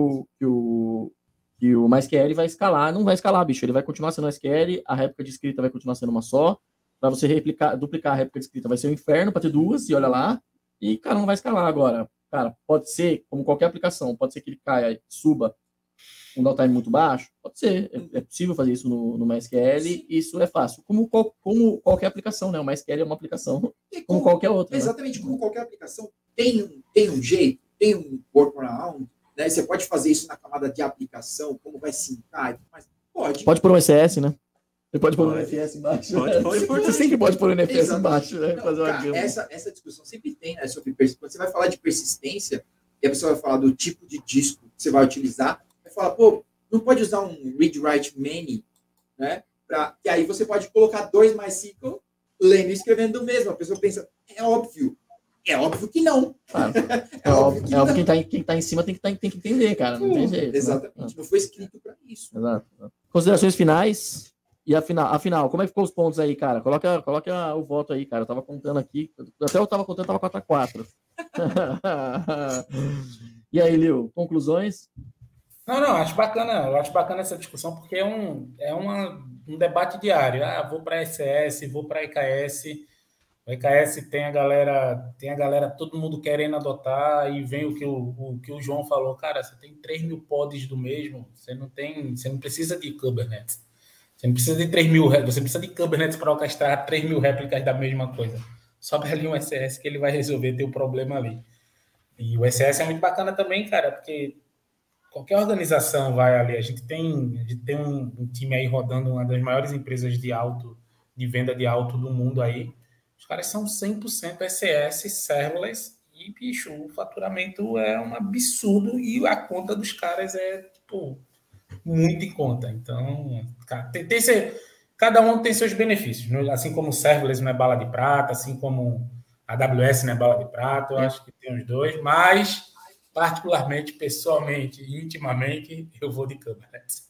Speaker 2: o MySQL vai escalar. Não vai escalar, bicho. Ele vai continuar sendo SQL, a réplica de escrita vai continuar sendo uma só. Para você duplicar a réplica de escrita vai ser um inferno para ter duas, e olha lá. E, cara, não vai escalar agora. Cara, pode ser, como qualquer aplicação, pode ser que ele caia e suba um downtime muito baixo? Pode ser. É possível fazer isso no MySQL, isso é fácil. Como qualquer aplicação, né? O MySQL é uma aplicação como qualquer outra.
Speaker 5: Exatamente,
Speaker 2: né?
Speaker 5: Como qualquer aplicação. Tem um jeito, tem um workaround, né? Você pode fazer isso na camada de aplicação, como vai sincar, mas pode.
Speaker 2: Pode pôr um SS, né? Você pode pôr um NFS embaixo. Você sempre pode pôr um NFS embaixo, né?
Speaker 5: Não, cara, essa discussão sempre tem, né? Sobre quando você vai falar de persistência, e a pessoa vai falar do tipo de disco que você vai utilizar, fala, não pode usar um read-write many, né? Que aí você pode colocar 2 MySQL lendo e escrevendo do mesmo. A pessoa pensa, é óbvio. É óbvio que não.
Speaker 2: É óbvio que quem tá em cima tem que entender, cara. Não tem jeito.
Speaker 5: Exatamente. Né? Não foi escrito para isso.
Speaker 2: Exato. Considerações finais. E afinal, como é que ficou os pontos aí, cara? Coloca o voto aí, cara. Eu tava contando aqui. Até eu tava contando, tava 4-4. E aí, Lil, conclusões?
Speaker 6: Não, acho bacana. Eu acho bacana essa discussão porque é um debate diário. Vou para ECS, vou para EKS. O EKS tem a galera, todo mundo querendo adotar e vem o que o João falou. Cara, você tem 3.000 pods do mesmo, você não precisa de Kubernetes. Você não precisa de 3.000, você precisa de Kubernetes para orquestrar 3.000 réplicas da mesma coisa. Sobe ali um ECS que ele vai resolver teu problema ali. E o ECS é muito bacana também, cara, porque qualquer organização vai ali. A gente tem um time aí rodando uma das maiores empresas de venda de auto do mundo aí. Os caras são 100% ECS, serverless, e, bicho, o faturamento é um absurdo e a conta dos caras é, tipo, muito em conta. Então, cara, cada um tem seus benefícios. Assim como o serverless não é bala de prata, assim como A AWS não é bala de prata, eu acho que tem os dois, mas particularmente, pessoalmente e intimamente, eu vou de Kubernetes.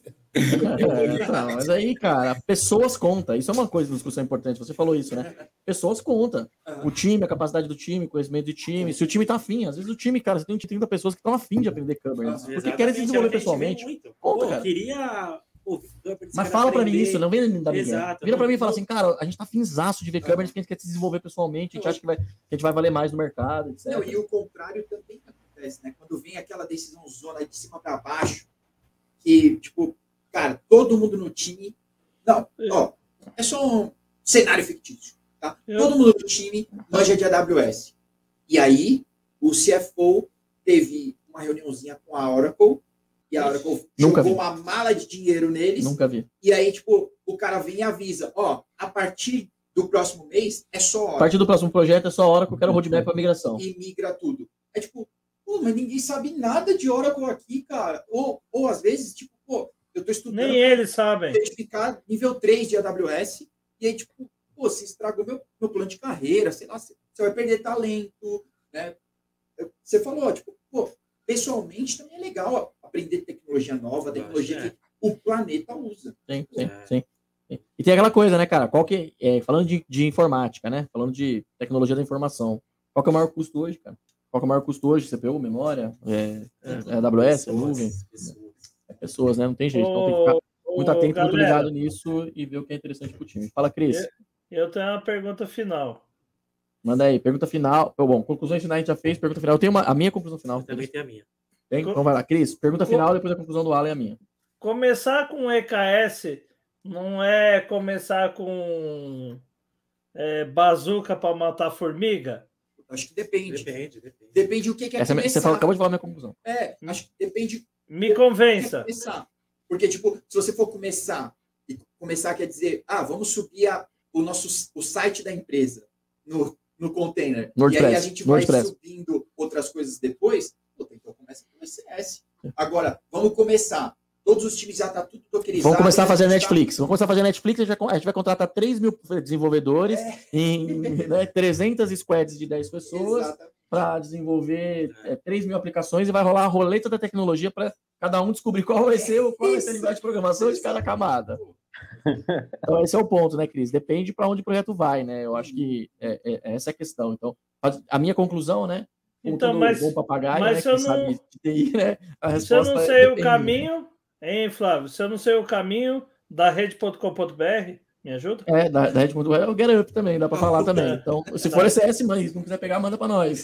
Speaker 2: Mas aí, cara, pessoas contam. Isso é uma coisa de discussão importante. Você falou isso, né? Pessoas contam. O time, a capacidade do time, o conhecimento do time. Se o time tá afim, às vezes o time, cara, você tem 30 pessoas que estão afim de aprender Kubernetes. Porque querem se desenvolver pessoalmente.
Speaker 3: Conta, cara. Queria...
Speaker 2: Mas fala pra mim isso, não vem da Miguel. Vira pra mim e fala assim, cara, a gente tá afinzaço de ver Kubernetes, porque a gente quer se desenvolver pessoalmente, a gente acha que a gente vai valer mais no mercado, etc.
Speaker 5: Não, e o contrário também acontece, né? Quando vem aquela decisão zona de cima para baixo, que, tipo, cara, todo mundo no time... Não, ó, é só um cenário fictício, tá? Todo mundo no time manja de AWS. E aí, o CFO teve uma reuniãozinha com a Oracle, e a Oracle jogou uma mala de dinheiro neles.
Speaker 2: Nunca vi.
Speaker 5: E aí, tipo, o cara vem e avisa, ó, a partir do próximo mês é só Oracle.
Speaker 2: A partir do próximo projeto é só Oracle, eu quero roadmap para migração.
Speaker 5: E migra tudo. É tipo, pô, mas ninguém sabe nada de Oracle aqui, cara. Ou às vezes, tipo, pô, eu tô estudando...
Speaker 4: Nem eles sabem.
Speaker 5: Certificar nível 3 de AWS, e aí, tipo, pô, se estragou meu plano de carreira, sei lá, você vai perder talento, né? Você falou, tipo, pô, pessoalmente também é legal aprender tecnologia nova, tecnologia que o planeta usa.
Speaker 2: Sim. E tem aquela coisa, né, cara? Qual que falando de informática, né? Falando de tecnologia da informação. Qual que é o maior custo hoje, cara? Qual que é o maior custo hoje? CPU, memória? AWS, nuvem? Pessoas, né? Não tem jeito. Então tem que ficar muito atento, muito ligado nisso e ver o que é interessante pro time. Fala, Cris.
Speaker 4: Eu tenho uma pergunta final.
Speaker 2: Manda aí, pergunta final. Bom, conclusões finais a gente já fez, pergunta final. Eu tenho a minha conclusão final.
Speaker 3: Eu também tenho a minha.
Speaker 2: Tem? Então vai lá, Cris. Pergunta final, depois a conclusão do Alan é a minha.
Speaker 4: Começar com EKS não é começar com bazuca para matar formiga?
Speaker 5: Acho que depende. Depende do que é começar.
Speaker 2: Você acabou de falar a minha conclusão.
Speaker 5: Acho que depende.
Speaker 4: Me convença.
Speaker 5: Porque, tipo, se você for começar, e começar quer dizer, vamos subir o site da empresa no container.
Speaker 2: WordPress,
Speaker 5: e aí a gente vai subindo outras coisas depois, então começa com o ECS. Agora, vamos começar. Todos os times já estão tudo dockerizado.
Speaker 2: Vamos começar a fazer Netflix. Vamos começar a fazer Netflix, a gente vai contratar 3 mil desenvolvedores em 300 squads de 10 pessoas para desenvolver 3 mil aplicações e vai rolar a roleta da tecnologia para cada um descobrir qual vai ser a linguagem de programação de cada camada. Então, esse é o ponto, né, Cris? Depende para onde o projeto vai, né? Eu acho que essa é a questão. Então, a minha conclusão, né?
Speaker 4: Então, mas
Speaker 2: bom papagaio,
Speaker 4: né,
Speaker 2: se eu não, de TI, né?
Speaker 4: Se eu não sei o caminho, hein, Flávio? Se eu não sei o caminho da rede.com.br, me ajuda?
Speaker 2: Da rede.com.br, eu quero up também, dá para falar também. Então, se for ECS, mas não quiser pegar, manda para nós.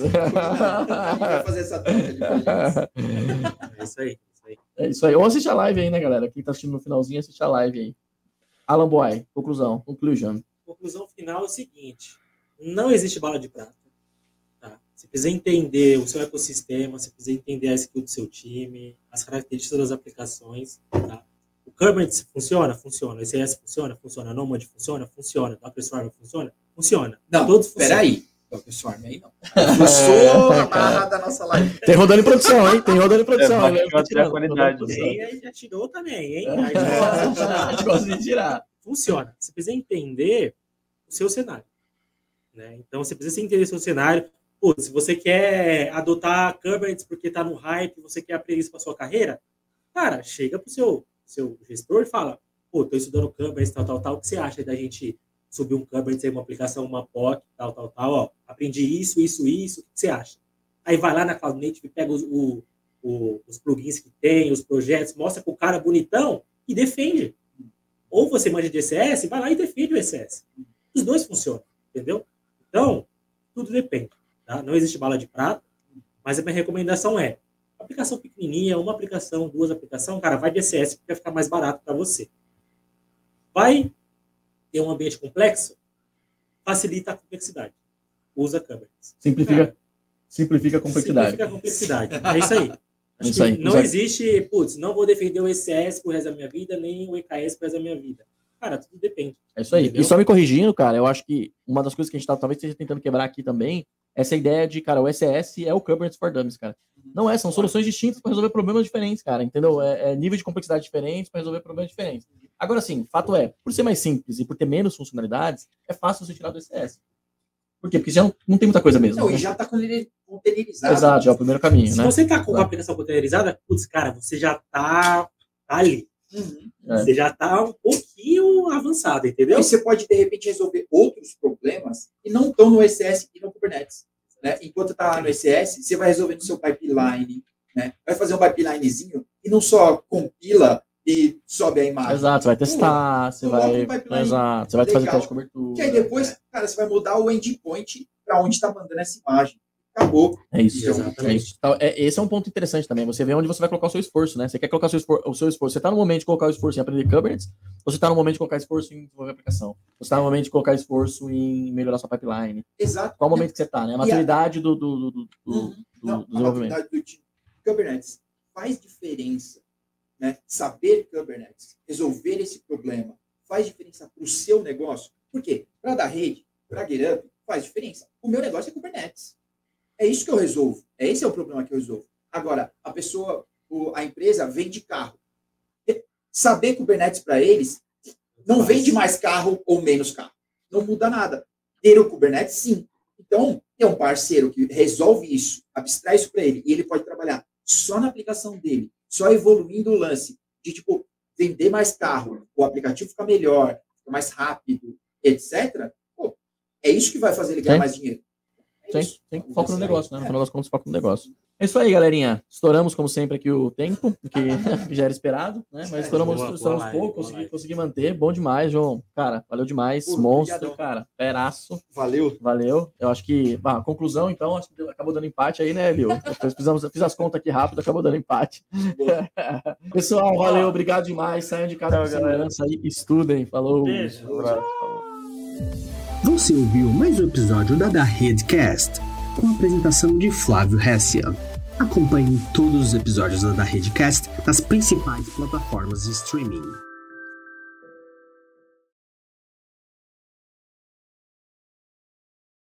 Speaker 5: Vai fazer essa troca de
Speaker 3: É isso aí.
Speaker 2: É isso aí. Ou assiste a live aí, né, galera? Quem tá assistindo no finalzinho, assiste a live aí. Alan Boy, conclusão.
Speaker 3: Conclusão final é o seguinte: não existe bala de prata. Tá? Você precisa entender o seu ecossistema, você precisa entender a skill do seu time, as características das aplicações. Tá? O Kubernetes funciona? Funciona. O ECS funciona? Funciona. A Nomad funciona? Funciona. O Docker Swarm funciona? Funciona.
Speaker 5: Não,
Speaker 3: todos
Speaker 5: funcionam. Peraí. Docker Swarm aí não. Eu sou a barra da nossa live.
Speaker 2: Tem rodando em produção, hein? Tem rodando em produção.
Speaker 7: A qualidade.
Speaker 3: Tem, aí já tirou também, hein?
Speaker 2: A gente gosta de tirar.
Speaker 3: Funciona. Você precisa entender o seu cenário. Né? Então, você precisa entender o seu cenário. Pô, se você quer adotar Kubernetes porque está no hype, você quer aprender isso para sua carreira, cara, chega para o seu gestor e fala, pô, estou estudando Kubernetes, tal, o que você acha da gente subir um Kubernetes, uma aplicação, uma POC, tal, ó, aprendi isso, o que você acha? Aí vai lá na Cloud Native, pega os plugins que tem, os projetos, mostra para o cara bonitão e defende. Ou você manja de ECS, vai lá e defende o ECS. Os dois funcionam, entendeu? Então, tudo depende. Tá? Não existe bala de prata, mas a minha recomendação é aplicação pequenininha, uma aplicação, 2 aplicações, cara, vai de ECS porque vai ficar mais barato para você. Vai ter um ambiente complexo, facilita a complexidade. Usa Kubernetes.
Speaker 2: Simplifica a complexidade.
Speaker 3: É isso aí. Não existe, não vou defender o ECS pro resto da minha vida, nem o EKS pro resto da minha vida. Cara, tudo depende.
Speaker 2: É isso aí.
Speaker 3: Entendeu?
Speaker 2: E só me corrigindo, cara, eu acho que uma das coisas que a gente talvez esteja tentando quebrar aqui também, essa ideia de, cara, o ECS é o Kubernetes for Dummies, cara. Não são soluções distintas para resolver problemas diferentes, cara, entendeu? É nível de complexidade diferente para resolver problemas diferentes. Agora, sim, fato é, por ser mais simples e por ter menos funcionalidades, é fácil você tirar do ECS. Por quê? Porque já não tem muita coisa mesmo.
Speaker 5: Não, e já está containerizado.
Speaker 2: Exato, já é o primeiro caminho,
Speaker 3: Se
Speaker 2: né?
Speaker 3: você está com a aplicação containerizada, putz, cara, você já está ali. Você já está um pouquinho avançado, entendeu?
Speaker 5: E você pode, de repente, resolver outros problemas que não estão no ECS e no Kubernetes. Né? Enquanto está no ECS, você vai resolver no seu pipeline, né? Vai fazer um pipelinezinho e não só compila e sobe a imagem.
Speaker 2: Exato, você vai testar, você vai fazer teste de cobertura.
Speaker 5: Que aí depois, cara, você vai mudar o endpoint para onde está mandando essa imagem. Acabou.
Speaker 2: É isso, exatamente. Esse é um ponto interessante também. Você vê onde você vai colocar o seu esforço, né? Você quer colocar o seu esforço. Você está no momento de colocar o esforço em aprender Kubernetes, ou você está no momento de colocar esforço em desenvolver a aplicação? Você está no momento de colocar esforço em melhorar sua pipeline?
Speaker 5: Exato.
Speaker 2: Qual o momento que você está, né? A maturidade do desenvolvimento.
Speaker 5: A maturidade do time. Kubernetes faz diferença, né? Saber Kubernetes, resolver esse problema, faz diferença para o seu negócio. Por quê? Para dar rede, para GitHub, faz diferença. O meu negócio é Kubernetes. É isso que eu resolvo. Esse é o problema que eu resolvo. Agora, a empresa vende carro. Saber Kubernetes para eles não vende mais carro ou menos carro. Não muda nada. Ter o Kubernetes, sim. Então, tem um parceiro que resolve isso, abstrai isso para ele, e ele pode trabalhar só na aplicação dele, só evoluindo o lance de, tipo, vender mais carro, o aplicativo fica melhor, fica mais rápido, etc. Pô, é isso que vai fazer ele ganhar mais dinheiro.
Speaker 2: Tem foco no negócio, né? No final das contas, foco no negócio. É isso aí, galerinha. Estouramos, como sempre, aqui o tempo, que já era esperado, né? Mas estouramos pouco, consegui manter. Bom demais, João. Cara, valeu demais. Monstro, obrigadão. Cara. Peraço. Valeu. Eu acho que, conclusão, então, acho que acabou dando empate aí, né, Lio? Fiz as contas aqui rápido, acabou dando empate. Pessoal, valeu, obrigado demais. Saiam de casa com segurança aí, estudem. Falou.
Speaker 4: Beijo.
Speaker 8: Você ouviu mais um episódio da Redcast, com a apresentação de Flávio Hessia. Acompanhe todos os episódios da Redcast nas principais plataformas de streaming.